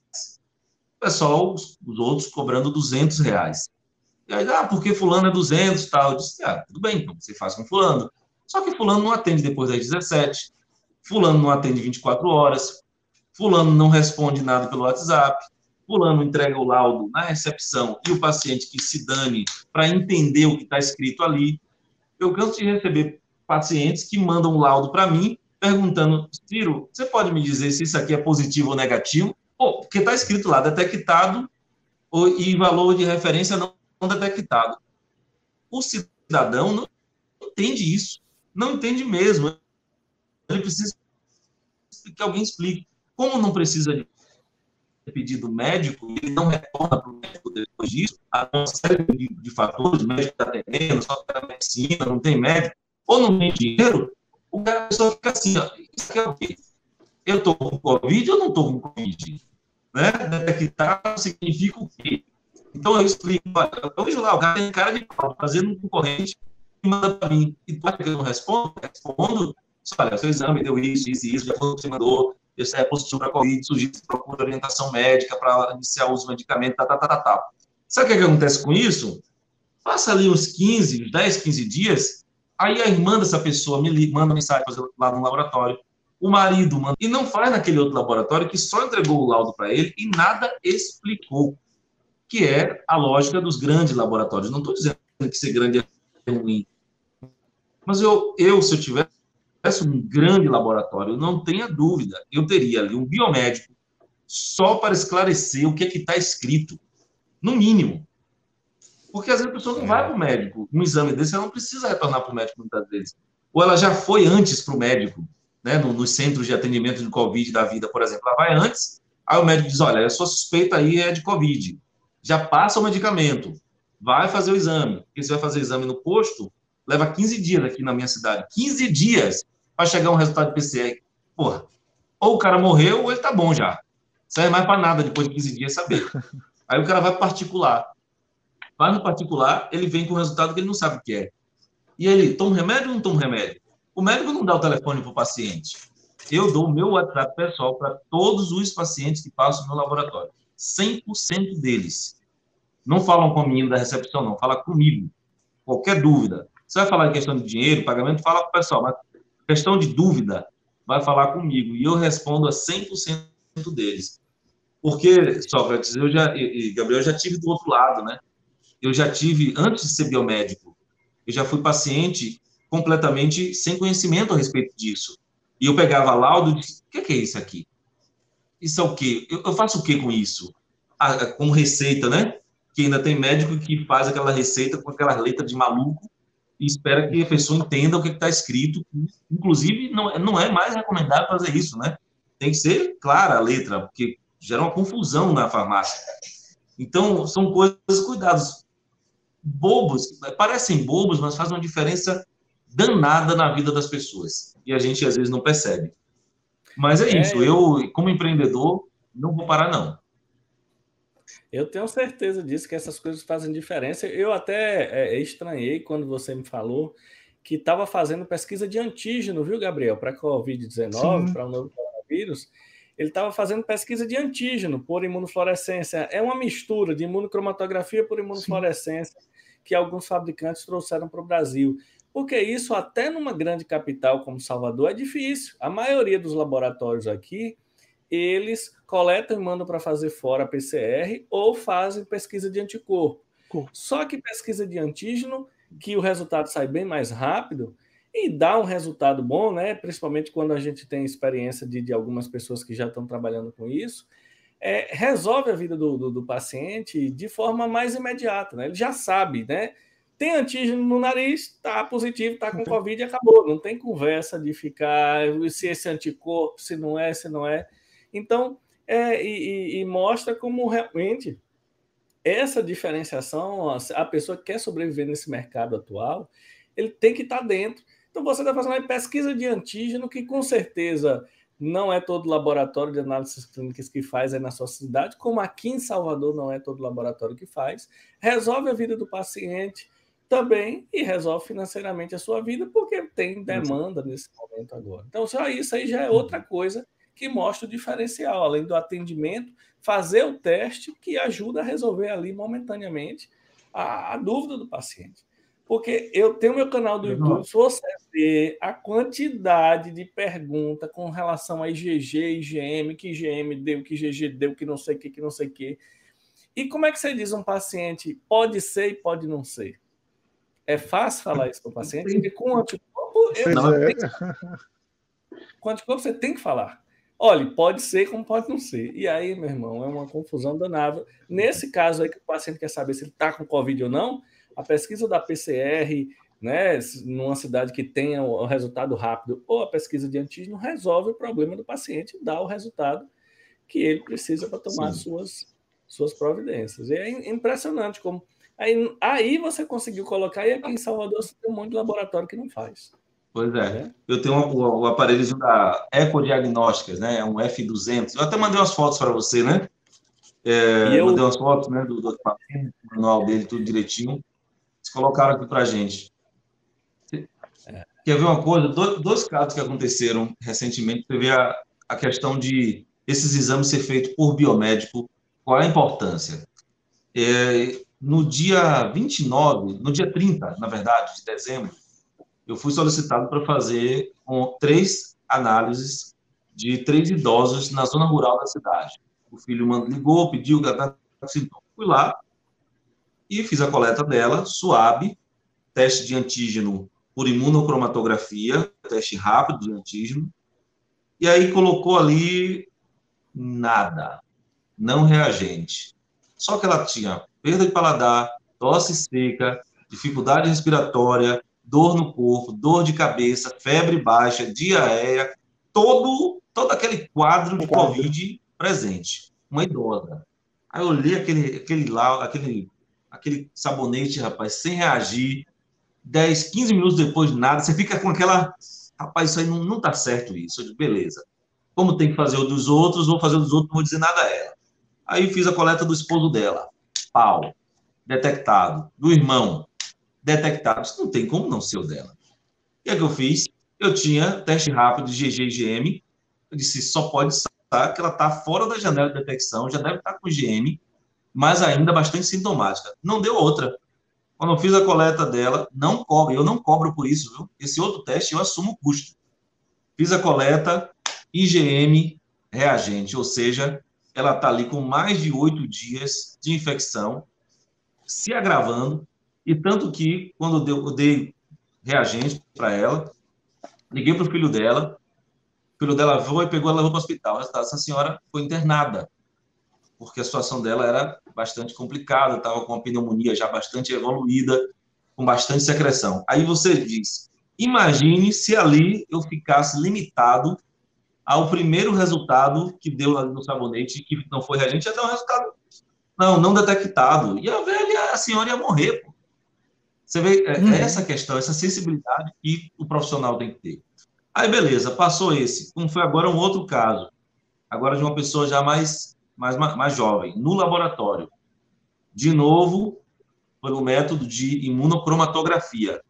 O pessoal, os, os outros, cobrando duzentos reais. E aí, ah, porque fulano é duzentos e tal. Eu disse, ah, tudo bem, então você faz com fulano. Só que fulano não atende depois das dezessete. Fulano não atende vinte e quatro horas. Fulano não responde nada pelo WhatsApp. Fulano entrega o laudo na recepção e o paciente que se dane para entender o que está escrito ali. Eu canso de receber pacientes que mandam um laudo para mim perguntando, Ciro, você pode me dizer se isso aqui é positivo ou negativo? Oh, porque está escrito lá, detectado e valor de referência não detectado. O cidadão não entende isso, não entende mesmo. Ele precisa que alguém explique. Como não precisa de pedido médico, ele não retorna para o médico depois disso, há uma série de, de fatores, o médico está atendendo, só está na medicina, não tem médico, ou não tem dinheiro, o cara, a pessoa fica assim, ó, isso aqui é o quê? Eu estou com Covid ou não estou com Covid? Né? Detectar significa o quê? Então eu explico, olha, eu vejo lá, o cara tem cara de pau, fazendo um concorrente e manda para mim. E tu acha que eu não respondo? Eu respondo, olha, seu exame deu isso, isso, isso, já foi o que você mandou, isso é positivo para Covid, sugiro que procure orientação médica para iniciar o uso do medicamento, tá, tá, tá, tá, tá. Sabe o que, é que acontece com isso? Passa ali uns quinze, dez, quinze dias, aí a irmã dessa pessoa me manda mensagem lá no laboratório, o marido manda, e não faz naquele outro laboratório que só entregou o laudo para ele e nada explicou, que é a lógica dos grandes laboratórios. Não estou dizendo que ser grande é ruim, mas eu, eu se eu tivesse um grande laboratório, não tenha dúvida, eu teria ali um biomédico só para esclarecer o que é que está escrito, no mínimo. Porque às vezes a pessoa não é. vai para o médico, um exame desse, ela não precisa retornar para o médico muitas vezes. Ou ela já foi antes para o médico, né, no, nos centros de atendimento de Covid da vida, por exemplo. Ela vai antes, aí o médico diz, olha, a sua suspeita aí é de Covid. Já passa o medicamento, vai fazer o exame. Porque você vai fazer o exame no posto, leva quinze dias aqui na minha cidade. quinze dias para chegar um resultado de P C R. Porra, ou o cara morreu ou ele tá bom já. Não serve mais para nada depois de quinze dias saber. Aí o cara vai particular. Vai no particular, ele vem com um resultado que ele não sabe o que é. E ele, toma remédio ou não toma remédio? O médico não dá o telefone para o paciente. Eu dou o meu WhatsApp pessoal para todos os pacientes que passam no meu laboratório. cem por cento deles. Não falam com o menino da recepção, não. Fala comigo. Qualquer dúvida. Você vai falar em questão de dinheiro, pagamento, fala com o pessoal. Mas questão de dúvida, vai falar comigo. E eu respondo a cem por cento deles. Porque, Sócrates, eu já, e Gabriel, eu já tive do outro lado, né? Eu já tive, antes de ser biomédico, eu já fui paciente completamente sem conhecimento a respeito disso. E eu pegava laudo e disse, o que é isso aqui? Isso é o quê? Eu, eu faço o quê com isso? Ah, como receita, né? Que ainda tem médico que faz aquela receita com aquela letra de maluco e espera que a pessoa entenda o que está escrito. Inclusive, não, não é mais recomendado fazer isso, né? Tem que ser clara a letra, porque gera uma confusão na farmácia. Então, são coisas, cuidados bobos, parecem bobos, mas fazem uma diferença danada na vida das pessoas. E a gente, às vezes, não percebe. Mas é, é isso. Eu, como empreendedor, não vou parar, não. Eu tenho certeza disso, que essas coisas fazem diferença. Eu até é, estranhei quando você me falou que estava fazendo pesquisa de antígeno, viu, Gabriel? Para covid dezenove, para o novo coronavírus. Ele estava fazendo pesquisa de antígeno por imunofluorescência. É uma mistura de imunocromatografia por imunofluorescência. Sim. que alguns fabricantes trouxeram para o Brasil. Porque isso, até numa grande capital como Salvador, é difícil. A maioria dos laboratórios aqui, eles coletam e mandam para fazer fora a P C R ou fazem pesquisa de anticorpo. Só que pesquisa de antígeno, que o resultado sai bem mais rápido e dá um resultado bom, né? Principalmente quando a gente tem experiência de, de algumas pessoas que já estão trabalhando com isso, é, resolve a vida do, do, do paciente de forma mais imediata, né? Ele já sabe, né? Tem antígeno no nariz, tá positivo, tá com Covid e acabou. Não tem conversa de ficar se esse anticorpo, se não é, se não é. Então, é, e, e mostra como realmente essa diferenciação, a pessoa que quer sobreviver nesse mercado atual, ele tem que estar dentro. Então, você está fazendo uma pesquisa de antígeno que, com certeza, não é todo laboratório de análises clínicas que faz aí na sua cidade, como aqui em Salvador não é todo laboratório que faz, resolve a vida do paciente também e resolve financeiramente a sua vida, porque tem demanda nesse momento agora. Então, só isso aí já é outra coisa que mostra o diferencial, além do atendimento, fazer o teste que ajuda a resolver ali momentaneamente a, a dúvida do paciente. Porque eu tenho meu canal do YouTube, se você ver a quantidade de perguntas com relação a I G G, I G M, que I G M deu, que I G G deu, que não sei o que, que não sei o que. E como é que você diz um paciente pode ser e pode não ser? É fácil falar isso para o paciente? Porque com anticorpo, eu não é. Com anticorpo você tem que falar. Olha, pode ser como pode não ser. E aí, meu irmão, é uma confusão danada. Nesse caso aí que o paciente quer saber se ele está com Covid ou não, a pesquisa da P C R, né, numa cidade que tenha o resultado rápido, ou a pesquisa de antígeno, resolve o problema do paciente e dá o resultado que ele precisa para tomar suas, suas providências. E é impressionante como... Aí, aí você conseguiu colocar, e aqui em Salvador você tem um monte de laboratório que não faz. Pois é. é. Eu tenho o, o aparelho da Ecodiagnósticas, né? É um F duzentos. Eu até mandei umas fotos para você, né? É, eu... Mandei umas fotos, né? Do, do manual dele, tudo direitinho. Eles colocaram aqui para a gente. É. Quer ver uma coisa? Do, dois casos que aconteceram recentemente. Você vê a, a questão de esses exames ser feitos por biomédico. Qual é a importância? É, no dia vinte e nove, no dia trinta, na verdade, de dezembro, eu fui solicitado para fazer um, três análises de três idosos na zona rural da cidade. O filho ligou, pediu, fui lá e fiz a coleta dela, suave, teste de antígeno por imunocromatografia, teste rápido de antígeno, e aí colocou ali nada, não reagente. Só que ela tinha perda de paladar, tosse seca, dificuldade respiratória, dor no corpo, dor de cabeça, febre baixa, diarreia, todo, todo aquele quadro de Covid presente. Uma idosa. Aí eu olhei aquele, aquele, lá, aquele, aquele sabonete, rapaz, sem reagir, dez, quinze minutos depois, nada, você fica com aquela... Rapaz, isso aí não, não tá certo isso. Eu disse, beleza. Como tem que fazer o dos outros, vou fazer o dos outros, não vou dizer nada a ela. Aí fiz a coleta do esposo dela. Pau. Detectado. Do irmão. Detectado. Isso não tem como não ser o dela. O que é que eu fiz? Eu tinha teste rápido de G G e G M. Eu disse, só pode estar que ela está fora da janela de detecção, já deve estar com G M, mas ainda bastante sintomática. Não deu outra. Quando eu fiz a coleta dela, não cobro. Eu não cobro por isso, viu? Esse outro teste eu assumo o custo. Fiz a coleta, I G M reagente, ou seja, ela está ali com mais de oito dias de infecção, se agravando, e tanto que, quando eu dei reagente para ela, liguei para o filho dela, o filho dela foi e pegou, ela levou para o hospital. Essa senhora foi internada, porque a situação dela era bastante complicada, estava com uma pneumonia já bastante evoluída, com bastante secreção. Aí você diz, imagine se ali eu ficasse limitado ao primeiro resultado que deu ali no sabonete, que não foi reagente, ia dar um resultado não, não detectado. E a velha, a senhora ia morrer, pô. Você vê, é, hum. essa questão, essa sensibilidade que o profissional tem que ter. Aí, beleza, passou esse. Como foi agora um outro caso. Agora de uma pessoa já mais, mais, mais jovem, no laboratório. De novo, pelo método de imunocromatografia.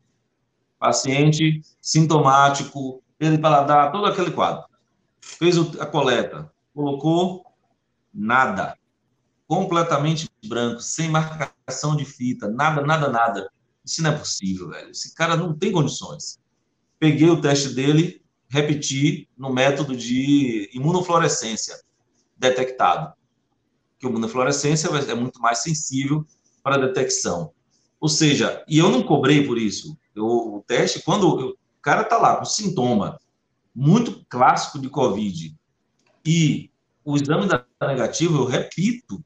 Paciente sintomático, perda de paladar, todo aquele quadro. Fez a coleta, colocou nada. completamente branco, sem marcação de fita, nada, nada, nada. Isso não é possível, velho. Esse cara não tem condições. Peguei o teste dele, repeti no método de imunofluorescência detectado. Que a imunofluorescência é muito mais sensível para a detecção. Ou seja, e eu não cobrei por isso. Eu, o teste, quando eu, o cara está lá com sintoma muito clássico de Covid e o exame da negativo, eu repito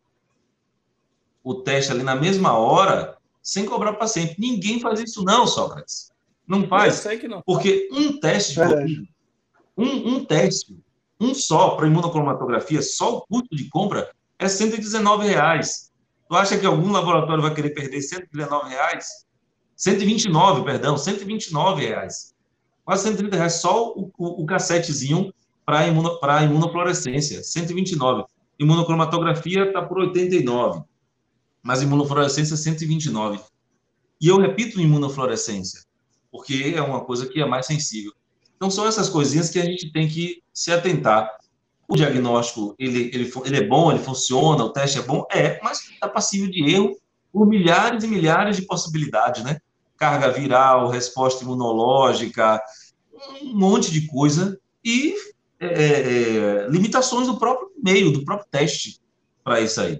o teste ali na mesma hora, sem cobrar o paciente. Ninguém faz isso não, Sócrates. Não faz. Eu sei que não. Porque um teste de Covid, um, um teste, um só para imunocromatografia, só o custo de compra é cento e dezenove reais. Tu acha que algum laboratório vai querer perder cento e dezenove reais? cento e vinte e nove, perdão, cento e vinte e nove reais. Quase cento e trinta reais só o, o, o cassetezinho para imuno, para imunofluorescência, cento e vinte e nove. Imunocromatografia está por oitenta e nove, mas imunofluorescência cento e vinte e nove. E eu repito imunofluorescência, porque é uma coisa que é mais sensível. Então, são essas coisinhas que a gente tem que se atentar. O diagnóstico, ele, ele, ele é bom, ele funciona, o teste é bom? É, mas está passível de erro por milhares e milhares de possibilidades, né? Carga viral, resposta imunológica, um monte de coisa e é, é, limitações do próprio meio, do próprio teste para isso aí.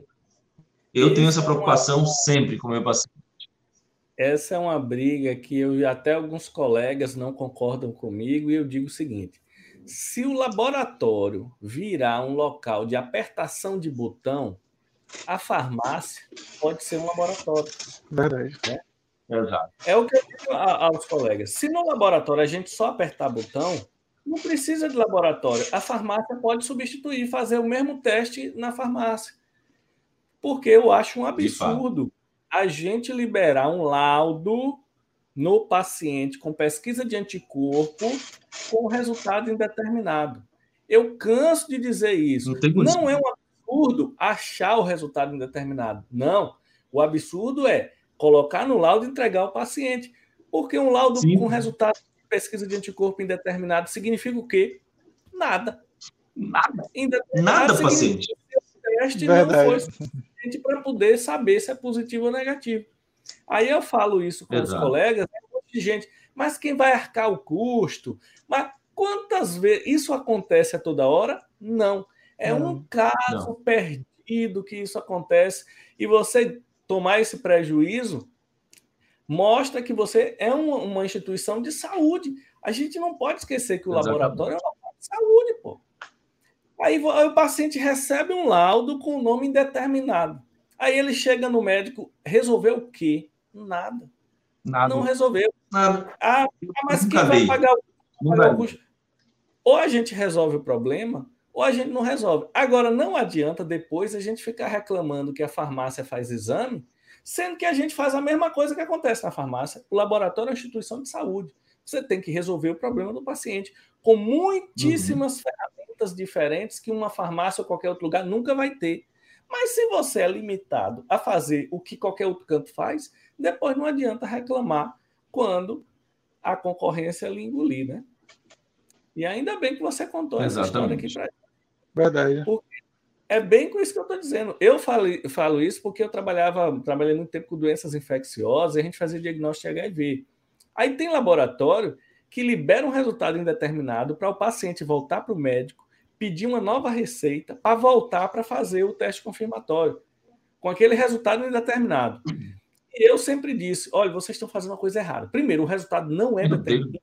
Eu tenho essa preocupação sempre com o meu paciente. Essa é uma briga que eu até alguns colegas não concordam comigo e eu digo o seguinte: se o laboratório virar um local de apertação de botão, a farmácia pode ser um laboratório. Verdade. Né? Exato. É o que eu digo aos colegas. Se no laboratório a gente só apertar botão, não precisa de laboratório. A farmácia pode substituir, fazer o mesmo teste na farmácia. Porque eu acho um absurdo a gente liberar um laudo no paciente com pesquisa de anticorpo com resultado indeterminado. Eu canso de dizer isso. Não, não é um absurdo achar o resultado indeterminado. Não. O absurdo é colocar no laudo e entregar ao paciente. Porque um laudo Sim. com resultado de pesquisa de anticorpo indeterminado significa o quê? Nada. Nada. Nada, paciente. Que o teste Verdade. não foi suficiente para poder saber se é positivo ou negativo. Aí eu falo isso com Exato. os colegas, né? Um monte de gente, mas quem vai arcar o custo? Mas quantas vezes isso acontece a toda hora? Não. É não. um caso não. perdido que isso acontece. E você tomar esse prejuízo mostra que você é uma, uma instituição de saúde. A gente não pode esquecer que o Exatamente. laboratório é uma parte de saúde, pô. Aí, aí o paciente recebe um laudo com o nome indeterminado. Aí ele chega no médico, resolveu o quê? Nada. Nada. Não resolveu. Nada. Ah, mas quem vai pagar o, pagar o custo? Ou a gente resolve o problema, ou a gente não resolve. Agora, não adianta depois a gente ficar reclamando que a farmácia faz exame, sendo que a gente faz a mesma coisa que acontece na farmácia. O laboratório é uma instituição de saúde. Você tem que resolver o problema do paciente com muitíssimas uhum. ferramentas diferentes que uma farmácia ou qualquer outro lugar nunca vai ter. Mas se você é limitado a fazer o que qualquer outro canto faz, depois não adianta reclamar quando a concorrência lhe engolir, né? E ainda bem que você contou Exatamente. essa história aqui para Verdade. Porque é bem com isso que eu estou dizendo. Eu falo, falo isso porque eu trabalhava, trabalhei muito tempo com doenças infecciosas e a gente fazia diagnóstico de H I V. Aí tem laboratório que libera um resultado indeterminado para o paciente voltar para o médico, pedir uma nova receita para voltar para fazer o teste confirmatório, com aquele resultado indeterminado. E eu sempre disse, olha, vocês estão fazendo uma coisa errada. Primeiro, o resultado não é determinado.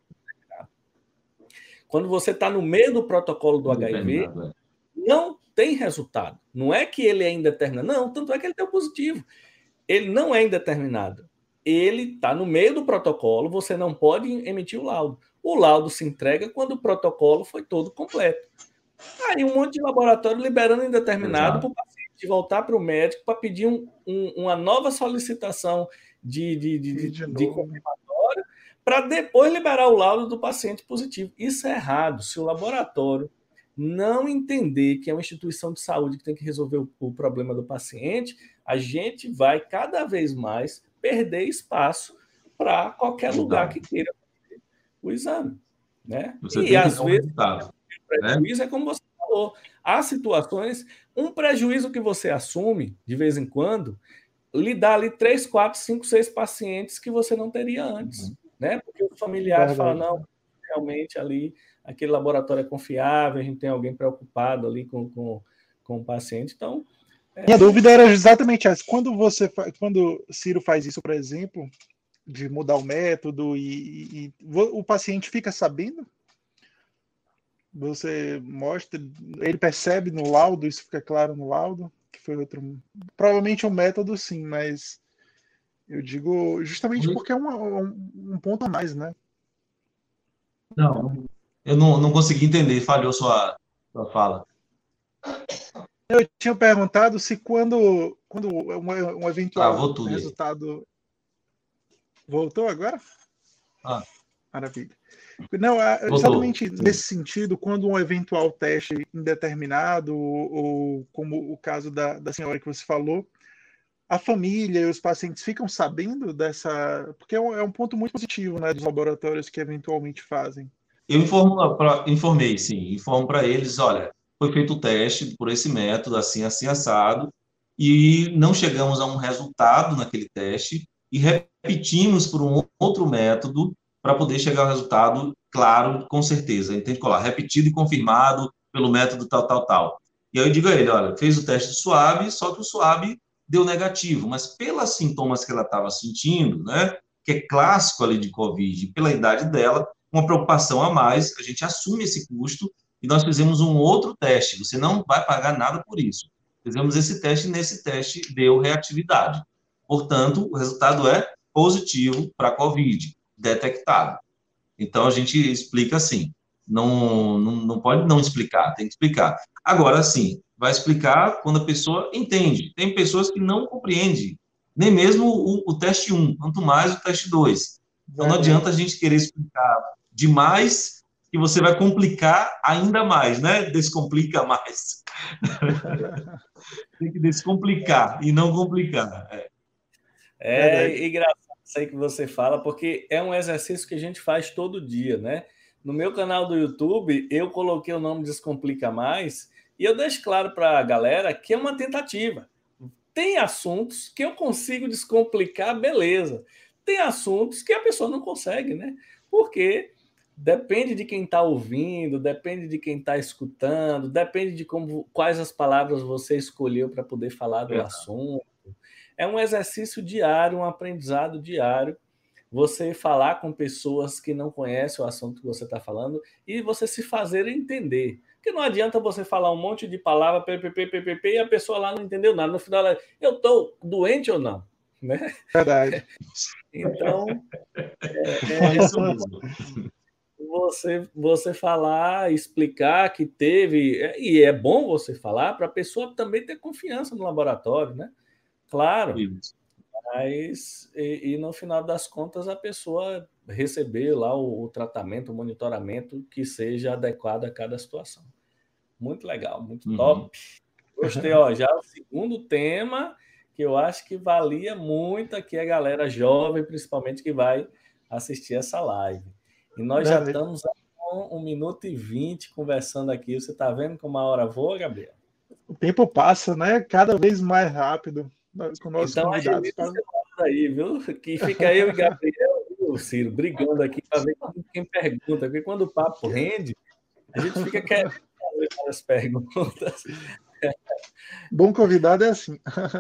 Quando você está no meio do protocolo do H I V, não tem resultado. Não é que ele é indeterminado. Não, tanto é que ele tem o positivo. Ele não é indeterminado. Ele está no meio do protocolo, você não pode emitir o laudo. O laudo se entrega quando o protocolo foi todo completo. Aí um monte de laboratório liberando indeterminado para o paciente voltar para o médico para pedir um, um, uma nova solicitação de, de, de, de, de, de confirmatório para depois liberar o laudo do paciente positivo. Isso é errado. Se o laboratório não entender que é uma instituição de saúde que tem que resolver o, o problema do paciente, a gente vai cada vez mais perder espaço para qualquer lugar que queira fazer o exame. Né? Você e tem às que vezes o prejuízo né? é como você falou. falou. Há situações, um prejuízo que você assume, de vez em quando, lhe dá ali três, quatro, cinco, seis pacientes que você não teria antes, uhum. né? Porque os familiares falam, não, realmente ali, aquele laboratório é confiável, a gente tem alguém preocupado ali com, com, com o paciente, então... É... Minha dúvida era exatamente essa. Quando você faz, quando Ciro faz isso, por exemplo, de mudar o método e, e, e o paciente fica sabendo? Você mostra, ele percebe no laudo, isso fica claro no laudo, que foi outro... Provavelmente um método, sim, mas eu digo justamente porque é um, um, um ponto a mais, né? Não, eu não, não consegui entender, falhou sua, sua fala. Eu tinha perguntado se quando, quando um, um eventual Travou tudo resultado... Aí. Voltou agora? Ah. Maravilha. Não, exatamente Voltou. Nesse sentido, quando um eventual teste indeterminado, ou, ou como o caso da, da senhora que você falou, a família e os pacientes ficam sabendo dessa... Porque é um, é um ponto muito positivo, né, dos laboratórios que eventualmente fazem. Eu informo pra, informei, sim. Informo para eles, olha, foi feito o teste por esse método, assim, assim, assado, e não chegamos a um resultado naquele teste, e repetimos por um outro método para poder chegar ao resultado, claro, com certeza. Entende? Colar, repetido e confirmado pelo método tal, tal, tal. E aí eu digo a ele, olha, fez o teste suave, só que o suave deu negativo, mas pelos sintomas que ela estava sentindo, né, que é clássico ali de Covid, pela idade dela, uma preocupação a mais, a gente assume esse custo e nós fizemos um outro teste. Você não vai pagar nada por isso. Fizemos esse teste e nesse teste deu reatividade. Portanto, o resultado é positivo para a Covid, detectado. Então, a gente explica assim. Não, não, não pode não explicar, tem que explicar. Agora, sim, vai explicar quando a pessoa entende. Tem pessoas que não compreendem, nem mesmo o, o teste um, quanto mais o teste dois. Então, não adianta a gente querer explicar demais que você vai complicar ainda mais, né? Descomplica mais. Tem que descomplicar e não complicar. É, é engraçado isso aí que você fala, porque é um exercício que a gente faz todo dia, né? No meu canal do YouTube, eu coloquei o nome Descomplica Mais e eu deixo claro para a galera que é uma tentativa. Tem assuntos que eu consigo descomplicar, beleza. Tem assuntos que a pessoa não consegue, né? Porque depende de quem está ouvindo, depende de quem está escutando, depende de como, quais as palavras você escolheu para poder falar do é. assunto. É um exercício diário, um aprendizado diário. Você falar com pessoas que não conhecem o assunto que você está falando e você se fazer entender. Porque não adianta você falar um monte de palavra, ppp, ppp, e a pessoa lá não entendeu nada. No final, ela, eu estou doente ou não? Né? Verdade. Então, é, é isso mesmo. Você, você falar, explicar que teve... E é bom você falar para a pessoa também ter confiança no laboratório, né? Claro. Isso. Mas, e, e no final das contas, a pessoa receber lá o, o tratamento, o monitoramento que seja adequado a cada situação. Muito legal, muito uhum. top. Gostei, ó, já o segundo tema que eu acho que valia muito aqui a galera jovem, principalmente, que vai assistir essa live. E nós já estamos com um minuto e vinte conversando aqui. Você está vendo como a hora voa, Gabriel? O tempo passa, né? Cada vez mais rápido. Com nossos então, convidados. Para... aí, viu? Que fica eu e Gabriel e o Ciro brigando aqui para ver quem pergunta. Porque quando o papo rende, a gente fica querendo fazer várias perguntas. Bom convidado é assim.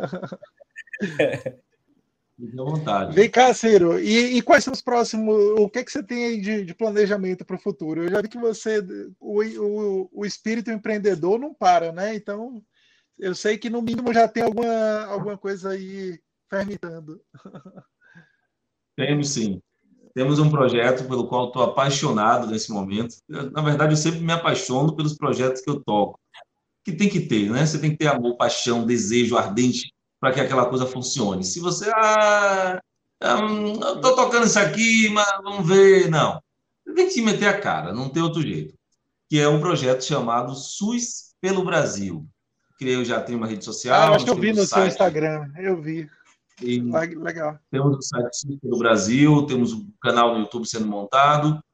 É. Fique à vontade. Vem cá, Ciro, e, e quais são os próximos... O que, é que você tem aí de, de planejamento para o futuro? Eu já vi que você... O, o, o espírito empreendedor não para, né? Então... Eu sei que, no mínimo, já tem alguma, alguma coisa aí fermentando. Temos, sim. Temos um projeto pelo qual estou apaixonado nesse momento. Eu, na verdade, eu sempre me apaixono pelos projetos que eu toco. Que tem que ter, né? Você tem que ter amor, paixão, desejo ardente para que aquela coisa funcione. Se você... Ah, hum, eu estou tocando isso aqui, mas vamos ver... Não. Você tem que se meter a cara, não tem outro jeito. Que é um projeto chamado SUS pelo Brasil. Eu já tenho uma rede social. Ah, eu acho que eu vi no site. Seu Instagram, eu vi. E legal. Temos o site do Brasil, temos o canal no YouTube sendo montado.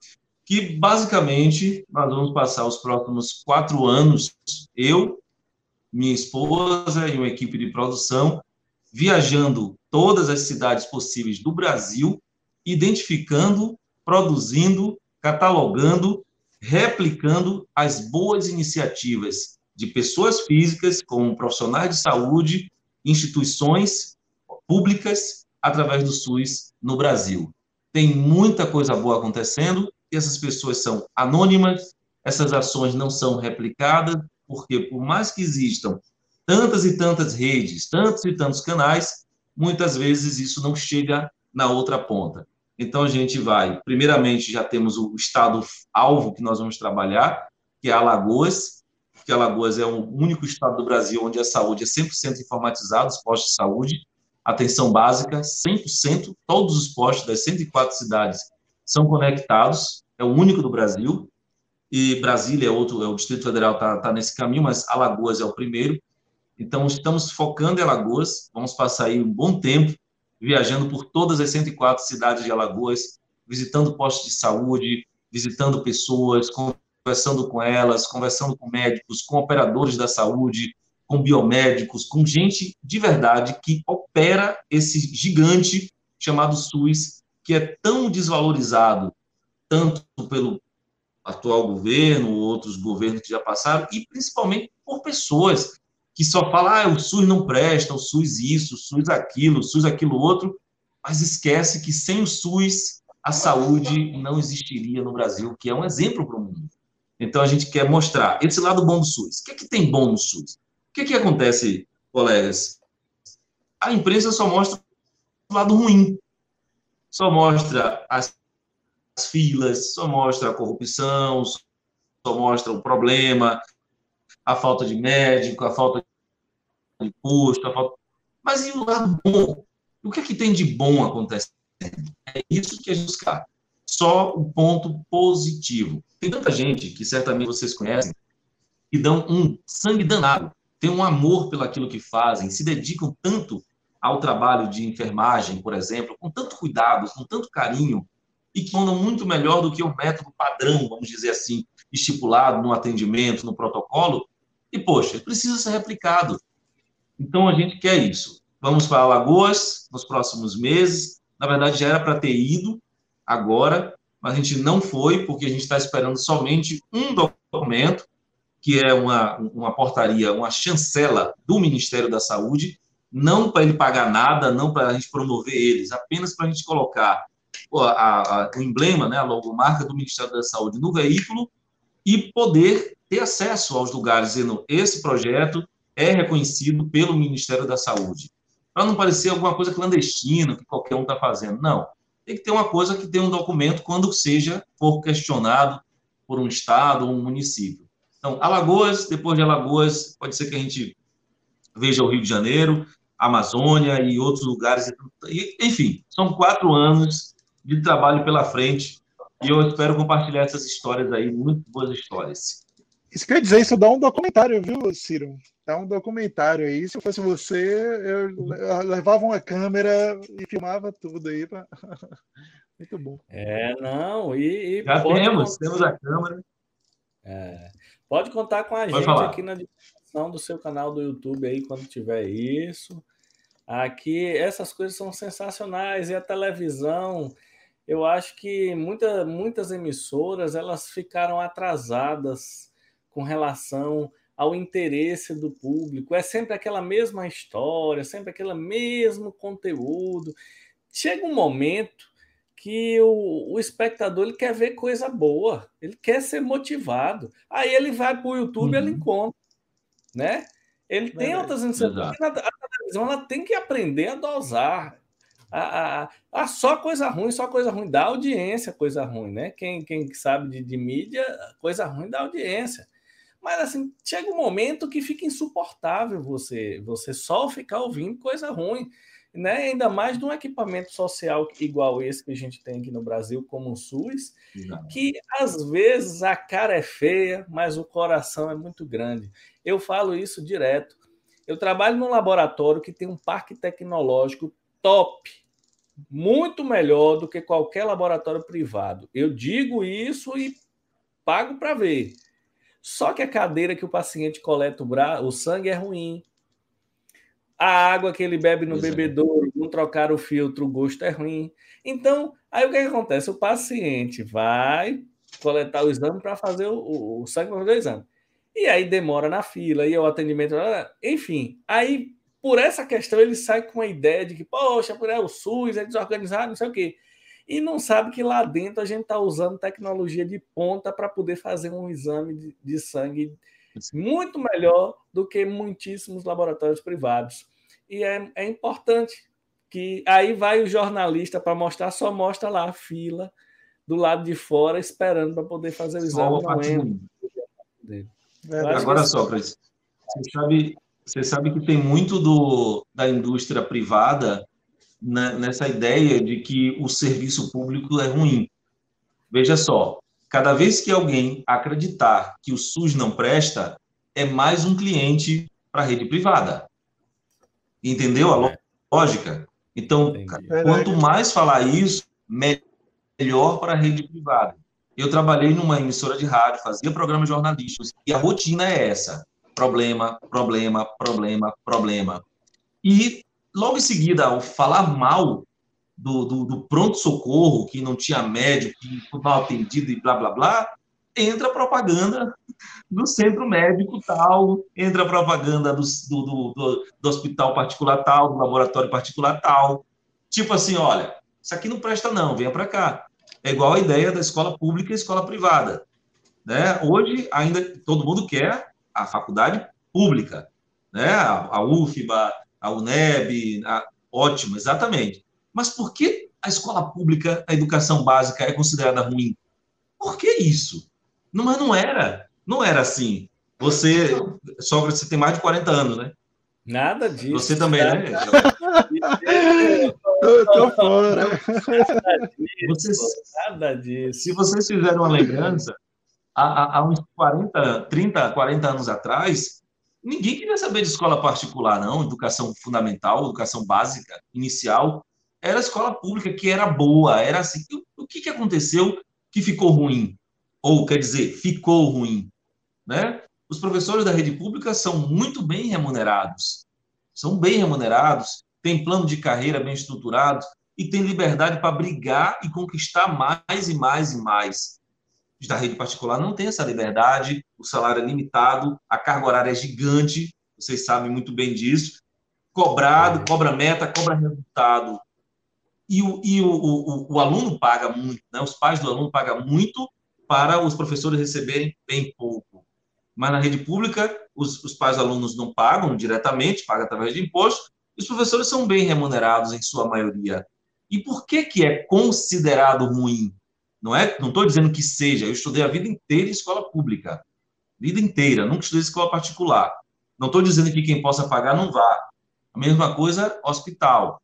que basicamente nós vamos passar os próximos quatro anos, eu, minha esposa e uma equipe de produção, viajando todas as cidades possíveis do Brasil, identificando, produzindo, catalogando, replicando as boas iniciativas de pessoas físicas, como profissionais de saúde, instituições públicas, através do SUS no Brasil. Tem muita coisa boa acontecendo, e essas pessoas são anônimas, essas ações não são replicadas, porque por mais que existam tantas e tantas redes, tantos e tantos canais, muitas vezes isso não chega na outra ponta. Então, a gente vai, primeiramente, já temos o estado-alvo que nós vamos trabalhar, que é Alagoas, porque Alagoas é o único estado do Brasil onde a saúde é cem por cento informatizada, os postos de saúde, atenção básica, cem por cento, todos os postos das cento e quatro cidades são conectados, é o único do Brasil, e Brasília é outro, é o Distrito Federal está tá nesse caminho, mas Alagoas é o primeiro. Então, estamos focando em Alagoas, vamos passar aí um bom tempo viajando por todas as cento e quatro cidades de Alagoas, visitando postos de saúde, visitando pessoas, conversando com elas, conversando com médicos, com operadores da saúde, com biomédicos, com gente de verdade que opera esse gigante chamado SUS, que é tão desvalorizado, tanto pelo atual governo, outros governos que já passaram, e principalmente por pessoas que só falam, ah, o SUS não presta, o SUS isso, o SUS aquilo, o SUS aquilo outro, mas esquece que sem o SUS a saúde não existiria no Brasil, que é um exemplo para o mundo. Então, a gente quer mostrar esse lado bom do SUS. O que é que tem bom no SUS? O que é que acontece, colegas? A imprensa só mostra o lado ruim, só mostra as filas, só mostra a corrupção, só mostra o problema, a falta de médico, a falta de custo, a falta... Mas e o lado bom? O que é que tem de bom acontecendo? É isso que a gente busca. Só o ponto positivo. Tem tanta gente que certamente vocês conhecem que dão um sangue danado, tem um amor pelo aquilo que fazem, se dedicam tanto ao trabalho de enfermagem, por exemplo, com tanto cuidado, com tanto carinho, e que andam muito melhor do que o método padrão, vamos dizer assim, estipulado no atendimento, no protocolo, e, poxa, precisa ser replicado. Então, a gente quer isso. Vamos para Alagoas nos próximos meses. Na verdade, já era para ter ido agora, mas a gente não foi, porque a gente está esperando somente um documento, que é uma, uma portaria, uma chancela do Ministério da Saúde, não para ele pagar nada, não para a gente promover eles, apenas para a gente colocar a, a, o emblema, né, a logomarca do Ministério da Saúde no veículo e poder ter acesso aos lugares, dizendo esse projeto é reconhecido pelo Ministério da Saúde. Para não parecer alguma coisa clandestina que qualquer um está fazendo. Não. Tem que ter uma coisa que tenha um documento quando seja for questionado por um estado ou um município. Então, Alagoas, depois de Alagoas, pode ser que a gente veja o Rio de Janeiro, a Amazônia e outros lugares. Enfim, são quatro anos de trabalho pela frente e eu espero compartilhar essas histórias aí, muito boas histórias. Isso quer dizer, isso dá um documentário, viu, Ciro? Dá um documentário aí. Se eu fosse você, eu levava uma câmera e filmava tudo aí. Pra... Muito bom. É, não, e... e Já pode temos, contar, temos a câmera. É, pode contar com a Pode gente falar. aqui na divulgação do seu canal do YouTube aí, quando tiver isso. Aqui, essas coisas são sensacionais. E a televisão, eu acho que muita, muitas emissoras, elas ficaram atrasadas com relação ao interesse do público. É sempre aquela mesma história, sempre aquele mesmo conteúdo. Chega um momento que o, o espectador ele quer ver coisa boa, ele quer ser motivado. Aí ele vai para o YouTube e Uhum. ele encontra, né? Ele tem Verdade. outras iniciativas. A televisão ela tem que aprender a dosar. A, a, a só coisa ruim, só coisa ruim da audiência, coisa ruim, né? Quem, quem sabe de, de mídia, coisa ruim da audiência. Mas assim, chega um momento que fica insuportável você, você só ficar ouvindo coisa ruim, né? Ainda mais de um equipamento social igual esse que a gente tem aqui no Brasil, como o SUS, Exato. que às vezes a cara é feia, mas o coração é muito grande. Eu falo isso direto. Eu trabalho num laboratório que tem um parque tecnológico top, muito melhor do que qualquer laboratório privado. Eu digo isso e pago para ver. Só que a cadeira que o paciente coleta o, bra... o sangue é ruim. A água que ele bebe no pois bebedouro, é. não trocar o filtro, o gosto é ruim. Então, aí o que, é que acontece? O paciente vai coletar o exame para fazer o, o, o sangue para fazer o exame. E aí demora na fila, e o atendimento... Enfim, aí por essa questão ele sai com a ideia de que, poxa, por aí o SUS é desorganizado, não sei o quê. E não sabe que lá dentro a gente está usando tecnologia de ponta para poder fazer um exame de, de sangue muito melhor do que muitíssimos laboratórios privados. E é, é importante que aí vai o jornalista para mostrar, só mostra lá a fila do lado de fora esperando para poder fazer o exame. Não é. Agora, Sócrates, você sabe, você sabe que tem muito do, da indústria privada nessa ideia de que o serviço público é ruim. Veja só, cada vez que alguém acreditar que o SUS não presta, é mais um cliente para a rede privada. Entendeu a é. lógica? Então, Entendi. quanto mais falar isso, melhor para a rede privada. Eu trabalhei numa emissora de rádio, fazia programas jornalísticos, e a rotina é essa. Problema, problema, problema, problema. E, logo em seguida, ao falar mal do, do, do pronto-socorro, que não tinha médico, que foi mal atendido e blá, blá, blá, entra a propaganda do centro médico tal, entra a propaganda do, do, do, do hospital particular tal, do laboratório particular tal. Tipo assim, olha, isso aqui não presta não, venha para cá. É igual a ideia da escola pública e escola privada. Né? Hoje, ainda todo mundo quer a faculdade pública. Né? A, a U F B A, a UNEB, a... ótimo, exatamente. Mas por que a escola pública, a educação básica é considerada ruim? Por que isso? Não, mas não era. Não era assim. Você, Sócrates, você tem mais de quarenta anos, né? Nada disso. Você também, nada. né? Eu tô fora. Nada disso, vocês, nada disso. Se vocês fizerem uma lembrança, há, há uns quarenta, trinta, quarenta anos atrás, ninguém queria saber de escola particular, não. Educação fundamental, educação básica, inicial. Era a escola pública que era boa, era assim. O que, que aconteceu que ficou ruim? Ou, quer dizer, ficou ruim, né? Os professores da rede pública são muito bem remunerados, são bem remunerados, têm plano de carreira bem estruturado e têm liberdade para brigar e conquistar mais e mais e mais. Os da rede particular não tem essa liberdade, o salário é limitado, a carga horária é gigante, vocês sabem muito bem disso, cobrado, cobra meta, cobra resultado. E o, e o, o, o aluno paga muito, né? Os pais do aluno pagam muito para os professores receberem bem pouco. Mas na rede pública, os, os pais alunos não pagam diretamente, pagam através de imposto, e os professores são bem remunerados em sua maioria. E por que, que é considerado ruim? Não é? Não estou dizendo que seja, eu estudei a vida inteira em escola pública, vida inteira, nunca estudei em escola particular. Não estou dizendo que quem possa pagar não vá. A mesma coisa, hospital.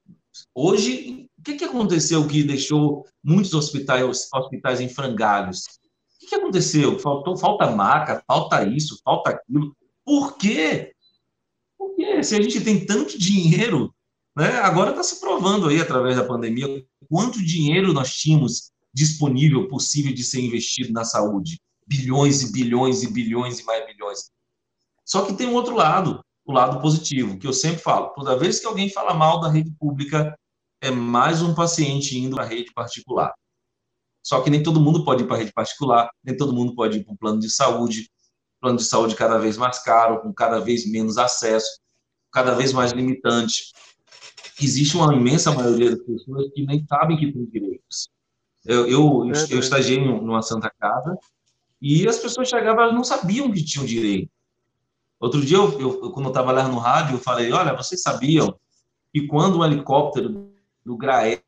Hoje, o que, que aconteceu que deixou muitos hospitais, hospitais em frangalhos? O que, que aconteceu? Faltou, falta maca, falta isso, falta aquilo. Por quê? Porque se a gente tem tanto dinheiro, né, agora está se provando aí, através da pandemia, quanto dinheiro nós tínhamos disponível, possível de ser investido na saúde. Bilhões e bilhões e bilhões e mais bilhões. Só que tem um outro lado, o lado positivo, que eu sempre falo. Toda vez que alguém fala mal da rede pública, é mais um paciente indo para a rede particular. Só que nem todo mundo pode ir para a rede particular, nem todo mundo pode ir para um plano de saúde, plano de saúde cada vez mais caro, com cada vez menos acesso, cada vez mais limitante. Existe uma imensa maioria das pessoas que nem sabem que têm direitos. Eu, eu, é, eu estagiei numa Santa Casa e as pessoas chegavam, elas não sabiam que tinham direito. Outro dia, eu, eu, quando eu estava lá no rádio, eu falei, olha, vocês sabiam que quando um helicóptero do GRAER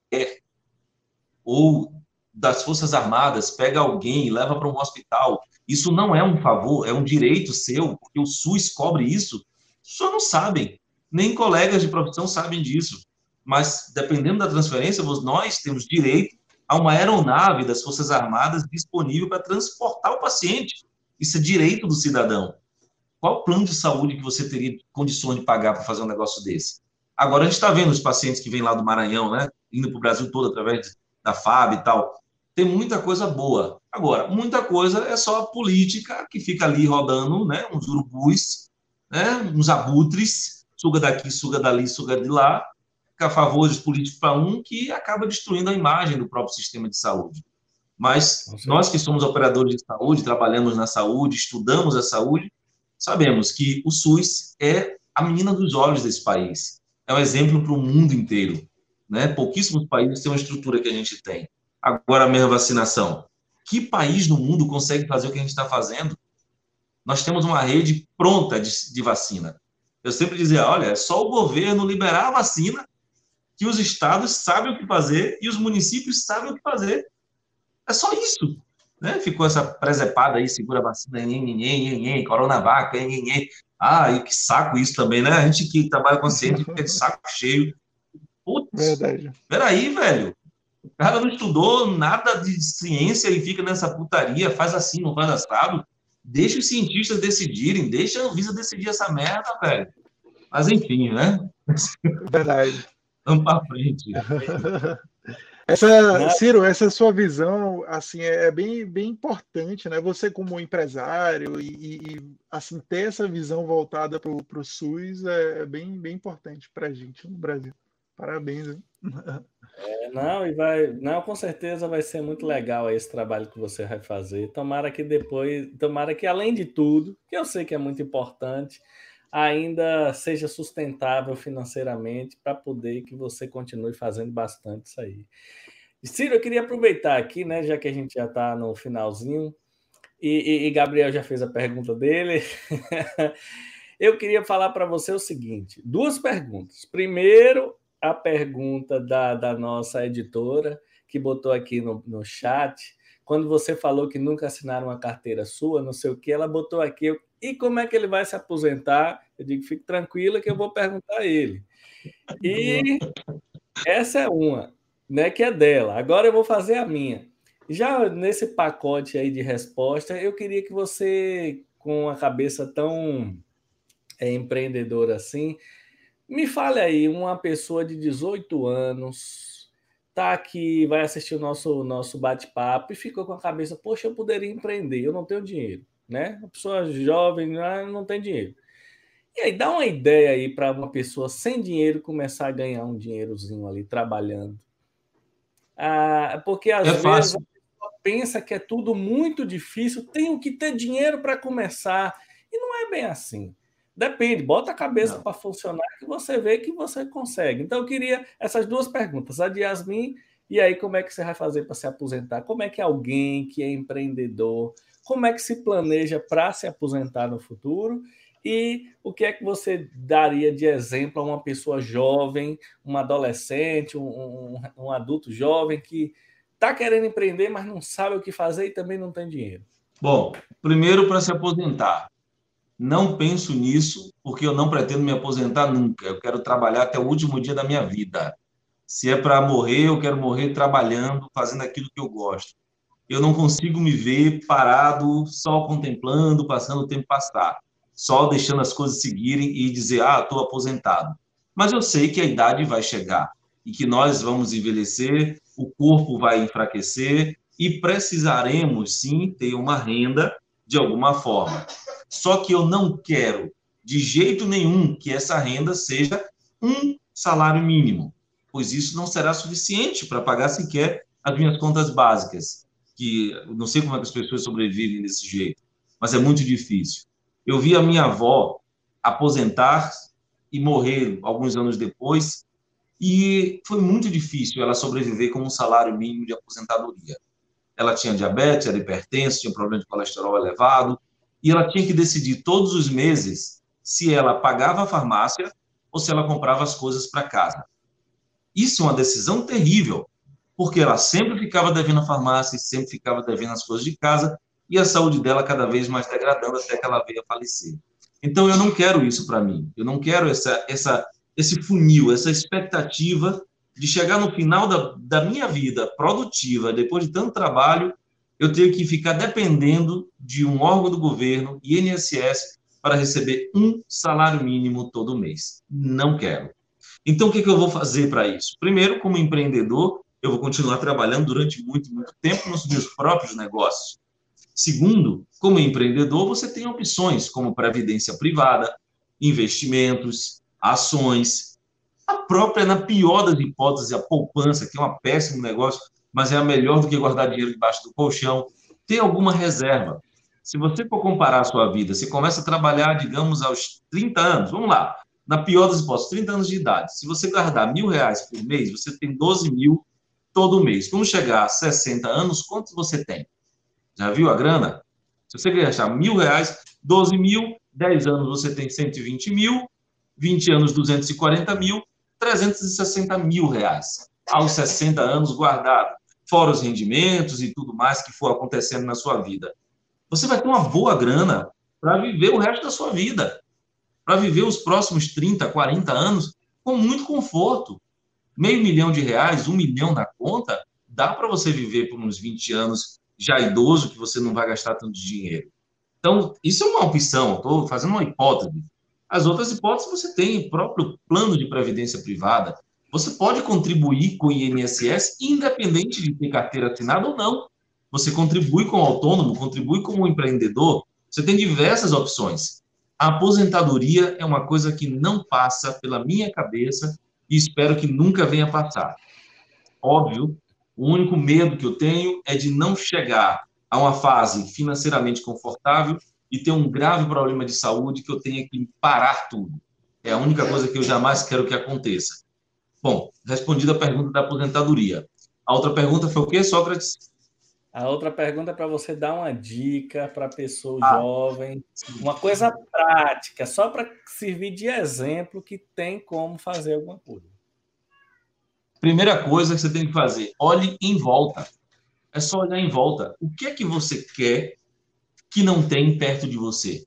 ou das Forças Armadas pega alguém e leva para um hospital, isso não é um favor, é um direito seu, porque o SUS cobre isso? As pessoas não sabem, nem colegas de profissão sabem disso. Mas, dependendo da transferência, nós temos direito a uma aeronave das Forças Armadas disponível para transportar o paciente. Isso é direito do cidadão. Qual plano de saúde que você teria condições de pagar para fazer um negócio desse? Agora, a gente está vendo os pacientes que vêm lá do Maranhão, né? Indo para o Brasil todo através da F A B e tal. Tem muita coisa boa. Agora, muita coisa é só política que fica ali rodando, né? Uns urubus, né? Uns abutres, suga daqui, suga dali, suga de lá, fica a favor dos políticos para um, que acaba destruindo a imagem do próprio sistema de saúde. Mas nós que somos operadores de saúde, trabalhamos na saúde, estudamos a saúde, sabemos que o SUS é a menina dos olhos desse país. É um exemplo para o mundo inteiro, né? Pouquíssimos países têm uma estrutura que a gente tem. Agora, a mesma vacinação. Que país no mundo consegue fazer o que a gente está fazendo? Nós temos uma rede pronta de, de vacina. Eu sempre dizia, olha, é só o governo liberar a vacina que os estados sabem o que fazer e os municípios sabem o que fazer. É só isso. Né? Ficou essa presepada aí, segura a vacina, nhen, nhen, nhen, nhen, coronavac, nhen, nhen. Ah, e que saco isso também, né? A gente que trabalha com ciência fica de saco cheio. Putz, Verdade. Peraí, velho. O cara não estudou nada de ciência e fica nessa putaria, faz assim, não faz assado. Deixa os cientistas decidirem, deixa a Anvisa decidir essa merda, velho. Mas enfim, né? Verdade. Vamos para frente. Essa, Ciro, essa sua visão assim é bem, bem importante, né? Você como empresário e, e assim ter essa visão voltada para o SUS é bem, bem importante para a gente no Brasil. Parabéns, hein? É, não, e vai, não, com certeza vai ser muito legal esse trabalho que você vai fazer. Tomara que depois, tomara que além de tudo, que eu sei que é muito importante, ainda seja sustentável financeiramente para poder que você continue fazendo bastante isso aí. Ciro, eu queria aproveitar aqui, né, já que a gente já está no finalzinho, e, e, e Gabriel já fez a pergunta dele. Eu queria falar para você o seguinte, duas perguntas. Primeiro, a pergunta da, da nossa editora, que botou aqui no, no chat, quando você falou que nunca assinaram uma carteira sua, não sei o que, ela botou aqui, e como é que ele vai se aposentar? Eu digo, fique tranquila que eu vou perguntar a ele. E essa é uma, né, que é dela. Agora eu vou fazer a minha. Já nesse pacote aí de resposta, eu queria que você, com a cabeça tão é, empreendedora assim, me fale aí, uma pessoa de dezoito anos, tá aqui, vai assistir o nosso, nosso bate-papo e ficou com a cabeça, poxa, eu poderia empreender, eu não tenho dinheiro, né? Uma pessoa jovem não tem dinheiro. E aí, dá uma ideia aí para uma pessoa sem dinheiro começar a ganhar um dinheirozinho ali, trabalhando. Ah, porque às É vezes fácil. a pessoa pensa que é tudo muito difícil, tenho que ter dinheiro para começar. E não é bem assim. Depende, bota a cabeça para funcionar que você vê que você consegue. Então, eu queria essas duas perguntas, a de Yasmin, e aí como é que você vai fazer para se aposentar? Como é que alguém que é empreendedor, como é que se planeja para se aposentar no futuro? E o que é que você daria de exemplo a uma pessoa jovem, um adolescente, um, um, um adulto jovem que está querendo empreender, mas não sabe o que fazer e também não tem dinheiro? Bom, primeiro, para se aposentar, não penso nisso, porque eu não pretendo me aposentar nunca. Eu quero trabalhar até o último dia da minha vida. Se é para morrer, eu quero morrer trabalhando, fazendo aquilo que eu gosto. Eu não consigo me ver parado, só contemplando, passando o tempo passar, só deixando as coisas seguirem e dizer, ah, estou aposentado. Mas eu sei que a idade vai chegar e que nós vamos envelhecer, o corpo vai enfraquecer e precisaremos, sim, ter uma renda de alguma forma. Só que eu não quero, de jeito nenhum, que essa renda seja um salário mínimo, pois isso não será suficiente para pagar sequer as minhas contas básicas, que eu não sei como é que as pessoas sobrevivem desse jeito, mas é muito difícil. Eu vi a minha avó aposentar e morrer alguns anos depois, e foi muito difícil ela sobreviver com um salário mínimo de aposentadoria. Ela tinha diabetes, era hipertensa, tinha problema de colesterol elevado, e ela tinha que decidir todos os meses se ela pagava a farmácia ou se ela comprava as coisas para casa. Isso é uma decisão terrível, porque ela sempre ficava devendo a farmácia, sempre ficava devendo as coisas de casa, e a saúde dela cada vez mais degradando até que ela veio a falecer. Então, eu não quero isso para mim. Eu não quero essa, essa, esse funil, essa expectativa de chegar no final da, da minha vida produtiva, depois de tanto trabalho, eu tenho que ficar dependendo de um órgão do governo, I N S S, para receber um salário mínimo todo mês. Não quero. Então, o que, que eu vou fazer para isso? Primeiro, como empreendedor, eu vou continuar trabalhando durante muito, muito tempo nos meus próprios negócios. Segundo, como empreendedor, você tem opções como previdência privada, investimentos, ações, a própria, na pior das hipóteses, a poupança, que é um péssimo negócio, mas é a melhor do que guardar dinheiro debaixo do colchão, ter alguma reserva. Se você for comparar a sua vida, você começa a trabalhar, digamos, aos trinta anos, vamos lá, na pior das hipóteses, trinta anos de idade. Se você guardar mil reais por mês, você tem doze mil todo mês. Quando chegar a sessenta anos, quantos você tem? Já viu a grana? Se você gastar mil reais, doze mil, dez anos você tem cento e vinte mil, vinte anos duzentos e quarenta mil, trezentos e sessenta mil reais. Aos sessenta anos guardado, fora os rendimentos e tudo mais que for acontecendo na sua vida. Você vai ter uma boa grana para viver o resto da sua vida, para viver os próximos trinta, quarenta anos com muito conforto. Meio milhão de reais, um milhão na conta, dá para você viver por uns vinte anos já idoso, que você não vai gastar tanto dinheiro. Então, isso é uma opção, estou fazendo uma hipótese. As outras hipóteses, você tem o próprio plano de previdência privada. Você pode contribuir com o I N S S, independente de ter carteira assinada ou não. Você contribui como autônomo, contribui como empreendedor. Você tem diversas opções. A aposentadoria é uma coisa que não passa pela minha cabeça e espero que nunca venha passar. Óbvio, o único medo que eu tenho é de não chegar a uma fase financeiramente confortável e ter um grave problema de saúde que eu tenha que parar tudo. É a única coisa que eu jamais quero que aconteça. Bom, respondida a pergunta da aposentadoria. A outra pergunta foi o quê, Sócrates? A outra pergunta é para você dar uma dica para a pessoa ah, jovem, uma coisa prática, só para servir de exemplo que tem como fazer alguma coisa. Primeira coisa que você tem que fazer, olhe em volta. É só olhar em volta. O que é que você quer que não tem perto de você?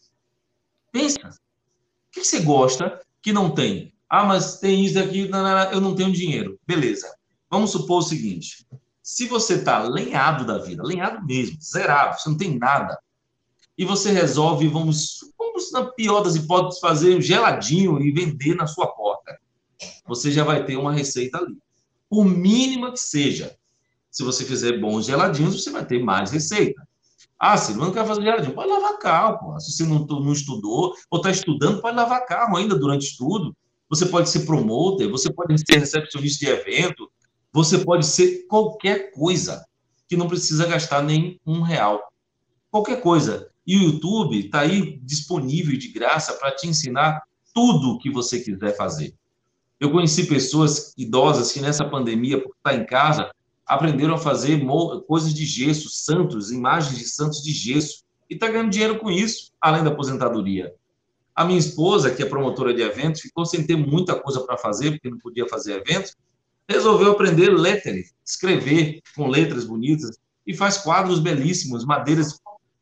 Pensa. O que você gosta que não tem? Ah, mas tem isso aqui, eu não tenho dinheiro. Beleza. Vamos supor o seguinte. Se você está lenhado da vida, lenhado mesmo, zerado, você não tem nada, e você resolve, vamos, vamos na pior das hipóteses, fazer um geladinho e vender na sua porta, você já vai ter uma receita ali. Por mínima que seja. Se você fizer bons geladinhos, você vai ter mais receita. Ah, se não quer fazer geladinho, pode lavar carro. Pô. Se você não, não estudou ou está estudando, pode lavar carro ainda durante o estudo. Você pode ser promoter, você pode ser recepcionista de evento, você pode ser qualquer coisa que não precisa gastar nem um real. Qualquer coisa. E o YouTube está aí disponível de graça para te ensinar tudo o que você quiser fazer. Eu conheci pessoas idosas que nessa pandemia, por estar em casa, aprenderam a fazer coisas de gesso, santos, imagens de santos de gesso, e está ganhando dinheiro com isso, além da aposentadoria. A minha esposa, que é promotora de eventos, ficou sem ter muita coisa para fazer, porque não podia fazer eventos, resolveu aprender lettering, escrever com letras bonitas, e faz quadros belíssimos, madeiras,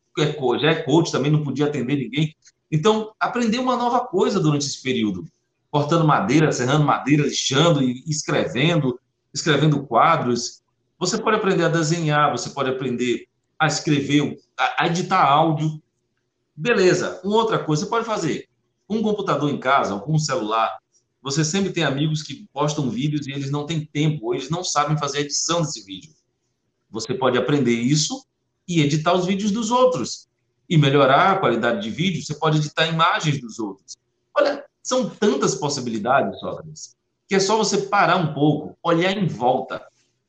já é coach, também não podia atender ninguém. Então, aprendeu uma nova coisa durante esse período, cortando madeira, serrando madeira, lixando e escrevendo, escrevendo quadros. Você pode aprender a desenhar, você pode aprender a escrever, a editar áudio. Beleza. Uma outra coisa, você pode fazer com um computador em casa ou com um celular. Você sempre tem amigos que postam vídeos e eles não têm tempo, ou eles não sabem fazer a edição desse vídeo. Você pode aprender isso e editar os vídeos dos outros. E melhorar a qualidade de vídeo, você pode editar imagens dos outros. Olha, são tantas possibilidades, Sócrates, que é só você parar um pouco, olhar em volta.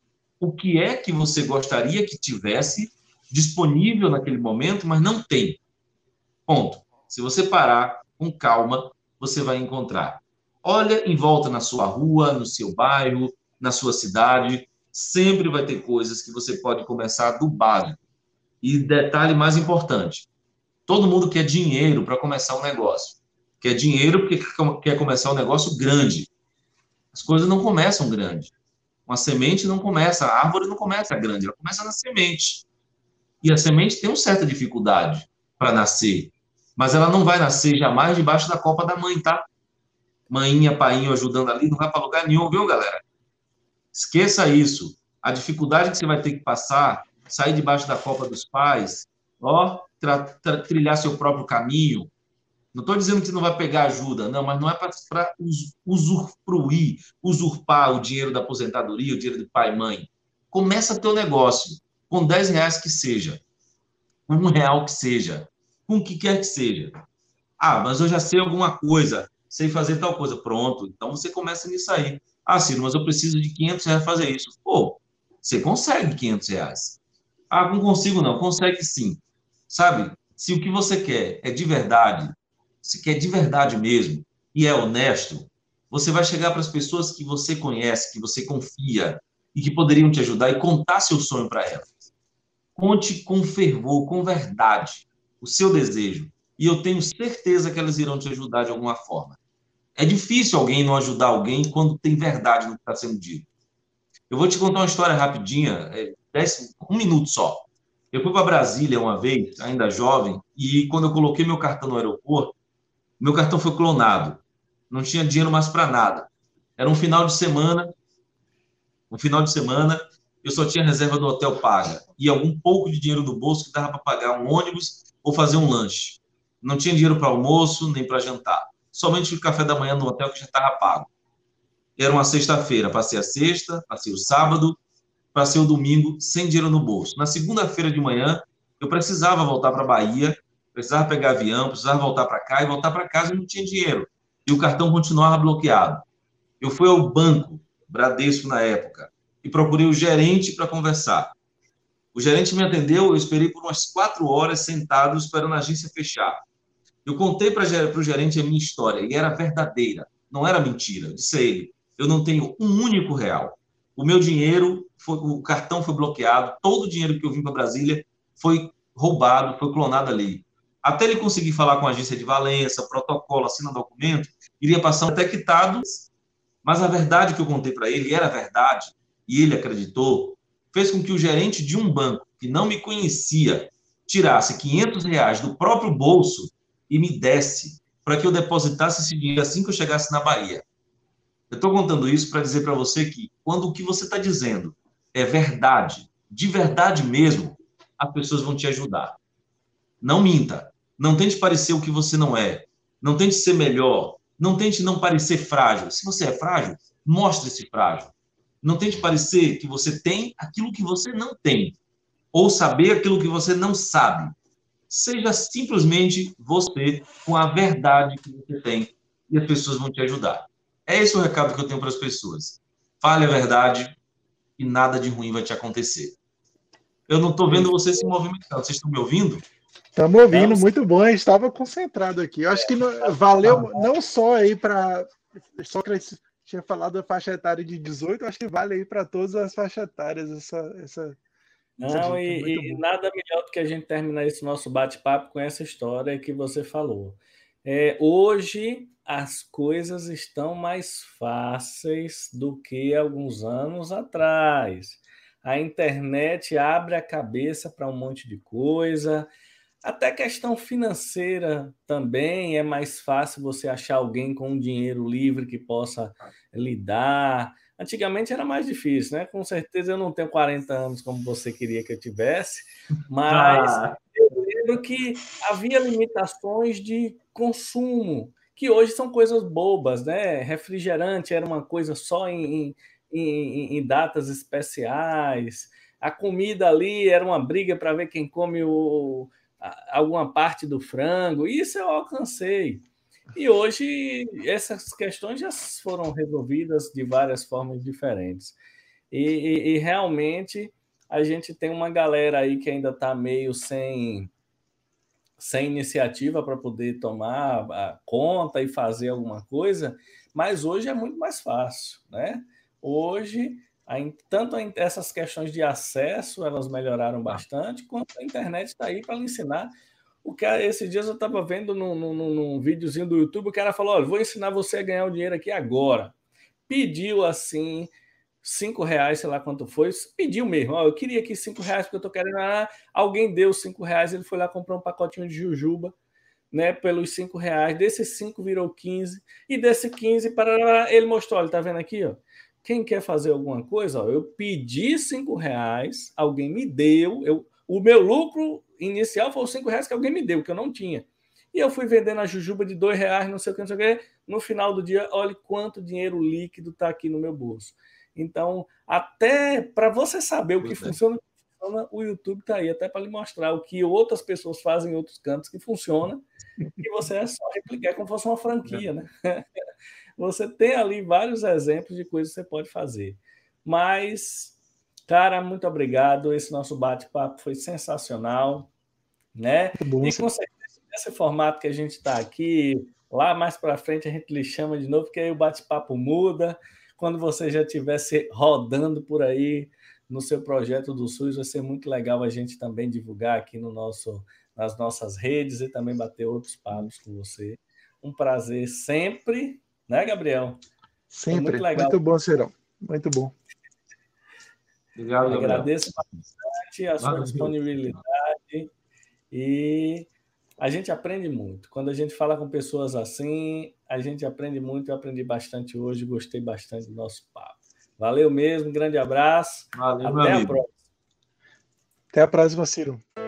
O que é que você gostaria que tivesse disponível naquele momento, mas não tem? Ponto. Se você parar com calma, você vai encontrar. Olha em volta na sua rua, no seu bairro, na sua cidade. Sempre vai ter coisas que você pode começar do básico. E detalhe mais importante, todo mundo quer dinheiro para começar um negócio. Quer dinheiro porque quer começar um negócio grande. As coisas não começam grande. Uma semente não começa, a árvore não começa grande, ela começa na semente. E a semente tem uma certa dificuldade para nascer, mas ela não vai nascer jamais debaixo da copa da mãe, tá? Mãinha, painho ajudando ali, não vai para lugar nenhum, viu, galera? Esqueça isso. A dificuldade que você vai ter que passar, sair debaixo da copa dos pais, ó, tra- tra- trilhar seu próprio caminho, Não estou dizendo que não vai pegar ajuda, não, mas não é para usufruir, usurpar o dinheiro da aposentadoria, o dinheiro de pai e mãe. Começa teu negócio com dez reais que seja, com um real que seja, com o que quer que seja. Ah, mas eu já sei alguma coisa, sei fazer tal coisa. Pronto, então você começa nisso aí. Ah, Ciro, mas eu preciso de quinhentos reais para fazer isso. Pô, você consegue quinhentos reais. Ah, não consigo não, consegue sim. Sabe, se o que você quer é de verdade, se quer de verdade mesmo, e é honesto, você vai chegar para as pessoas que você conhece, que você confia, e que poderiam te ajudar e contar seu sonho para elas. Conte com fervor, com verdade, o seu desejo. E eu tenho certeza que elas irão te ajudar de alguma forma. É difícil alguém não ajudar alguém quando tem verdade no que está sendo dito. Eu vou te contar uma história rapidinha, é, dez, um minuto só. Eu fui para Brasília uma vez, ainda jovem, e quando eu coloquei meu cartão no aeroporto, meu cartão foi clonado. Não tinha dinheiro mais para nada. Era um final de semana, um final de semana, eu só tinha reserva do hotel paga e algum pouco de dinheiro do bolso que dava para pagar um ônibus ou fazer um lanche. Não tinha dinheiro para almoço nem para jantar. Somente o café da manhã no hotel que já estava pago. Era uma sexta-feira, passei a sexta, passei o sábado, passei o domingo sem dinheiro no bolso. Na segunda-feira de manhã, eu precisava voltar para a Bahia, precisava pegar avião, precisava voltar para cá e voltar para casa e não tinha dinheiro. E o cartão continuava bloqueado. Eu fui ao banco, Bradesco na época, e procurei o gerente para conversar. O gerente me atendeu, eu esperei por umas quatro horas sentado esperando a agência fechar. Eu contei para o gerente a minha história e era verdadeira, não era mentira. Eu disse a ele, eu não tenho um único real. O meu dinheiro, foi, o cartão foi bloqueado, todo o dinheiro que eu vim para Brasília foi roubado, foi clonado ali. Até ele conseguir falar com a agência de Valença, protocolo, assina documento, iria passar até quitado, mas a verdade que eu contei para ele era verdade, e ele acreditou, fez com que o gerente de um banco, que não me conhecia, tirasse quinhentos reais do próprio bolso e me desse para que eu depositasse esse dinheiro assim que eu chegasse na Bahia. Eu estou contando isso para dizer para você que quando o que você está dizendo é verdade, de verdade mesmo, as pessoas vão te ajudar. Não minta. Não tente parecer o que você não é. Não tente ser melhor. Não tente não parecer frágil. Se você é frágil, mostre-se frágil. Não tente parecer que você tem aquilo que você não tem. Ou saber aquilo que você não sabe. Seja simplesmente você com a verdade que você tem e as pessoas vão te ajudar. É esse o recado que eu tenho para as pessoas. Fale a verdade e nada de ruim vai te acontecer. Eu não estou vendo você se movimentando. Vocês estão me ouvindo? Estamos ouvindo, não, muito bom. Eu estava concentrado aqui. Eu acho que não, valeu não só aí para... Só que você tinha falado da faixa etária de dezoito, eu acho que vale aí para todas as faixas etárias essa... essa... Não, e, e nada melhor do que a gente terminar esse nosso bate-papo com essa história que você falou. É, hoje as coisas estão mais fáceis do que alguns anos atrás. A internet abre a cabeça para um monte de coisa. Até questão financeira também é mais fácil você achar alguém com um dinheiro livre que possa lhe dar. Antigamente era mais difícil, né? Com certeza eu não tenho quarenta anos como você queria que eu tivesse, mas ah. eu lembro que havia limitações de consumo, que hoje são coisas bobas, né? Refrigerante era uma coisa só em, em, em datas especiais, a comida ali era uma briga para ver quem come o, alguma parte do frango, isso eu alcancei. E hoje essas questões já foram resolvidas de várias formas diferentes. E, e, e realmente a gente tem uma galera aí que ainda está meio sem, sem iniciativa para poder tomar a conta e fazer alguma coisa, mas hoje é muito mais fácil, né? Hoje, tanto essas questões de acesso, elas melhoraram bastante, quanto a internet está aí para lhe ensinar. O cara, esses dias eu estava vendo num, num, num videozinho do YouTube, o cara falou, olha, vou ensinar você a ganhar o dinheiro aqui agora. Pediu, assim, cinco reais, sei lá quanto foi, pediu mesmo, ó, eu queria aqui cinco reais, porque eu estou querendo, ah, alguém deu cinco reais, ele foi lá comprar um pacotinho de jujuba, né, pelos cinco reais, desses cinco virou quinze, e desse quinze, para ele mostrou, olha, tá vendo aqui, ó, quem quer fazer alguma coisa, ó, eu pedi cinco reais, alguém me deu, eu, o meu lucro inicial foi os cinco reais que alguém me deu, que eu não tinha. E eu fui vendendo a jujuba de dois reais, não sei o que, não sei o que. No final do dia, olha quanto dinheiro líquido está aqui no meu bolso. Então, até para você saber o que funciona, o YouTube está aí, até para lhe mostrar o que outras pessoas fazem em outros cantos que funciona, e você é só replicar como se fosse uma franquia, né? Você tem ali vários exemplos de coisas que você pode fazer. Mas, cara, muito obrigado. Esse nosso bate-papo foi sensacional, né? Bom, e com certeza, esse formato que a gente está aqui, lá mais para frente a gente lhe chama de novo, porque aí o bate-papo muda. Quando você já estiver rodando por aí no seu projeto do SUS, vai ser muito legal a gente também divulgar aqui no nosso, nas nossas redes e também bater outros papos com você. Um prazer sempre, né, Gabriel? Sempre. Muito legal. Muito bom, Cirão. Muito bom. Obrigado, Gabriel. Agradeço bastante a sua Valeu. disponibilidade e a gente aprende muito. Quando a gente fala com pessoas assim, a gente aprende muito. Eu aprendi bastante hoje, gostei bastante do nosso papo. Valeu mesmo, grande abraço. Valeu, Até a próxima. Até a próxima, Ciro.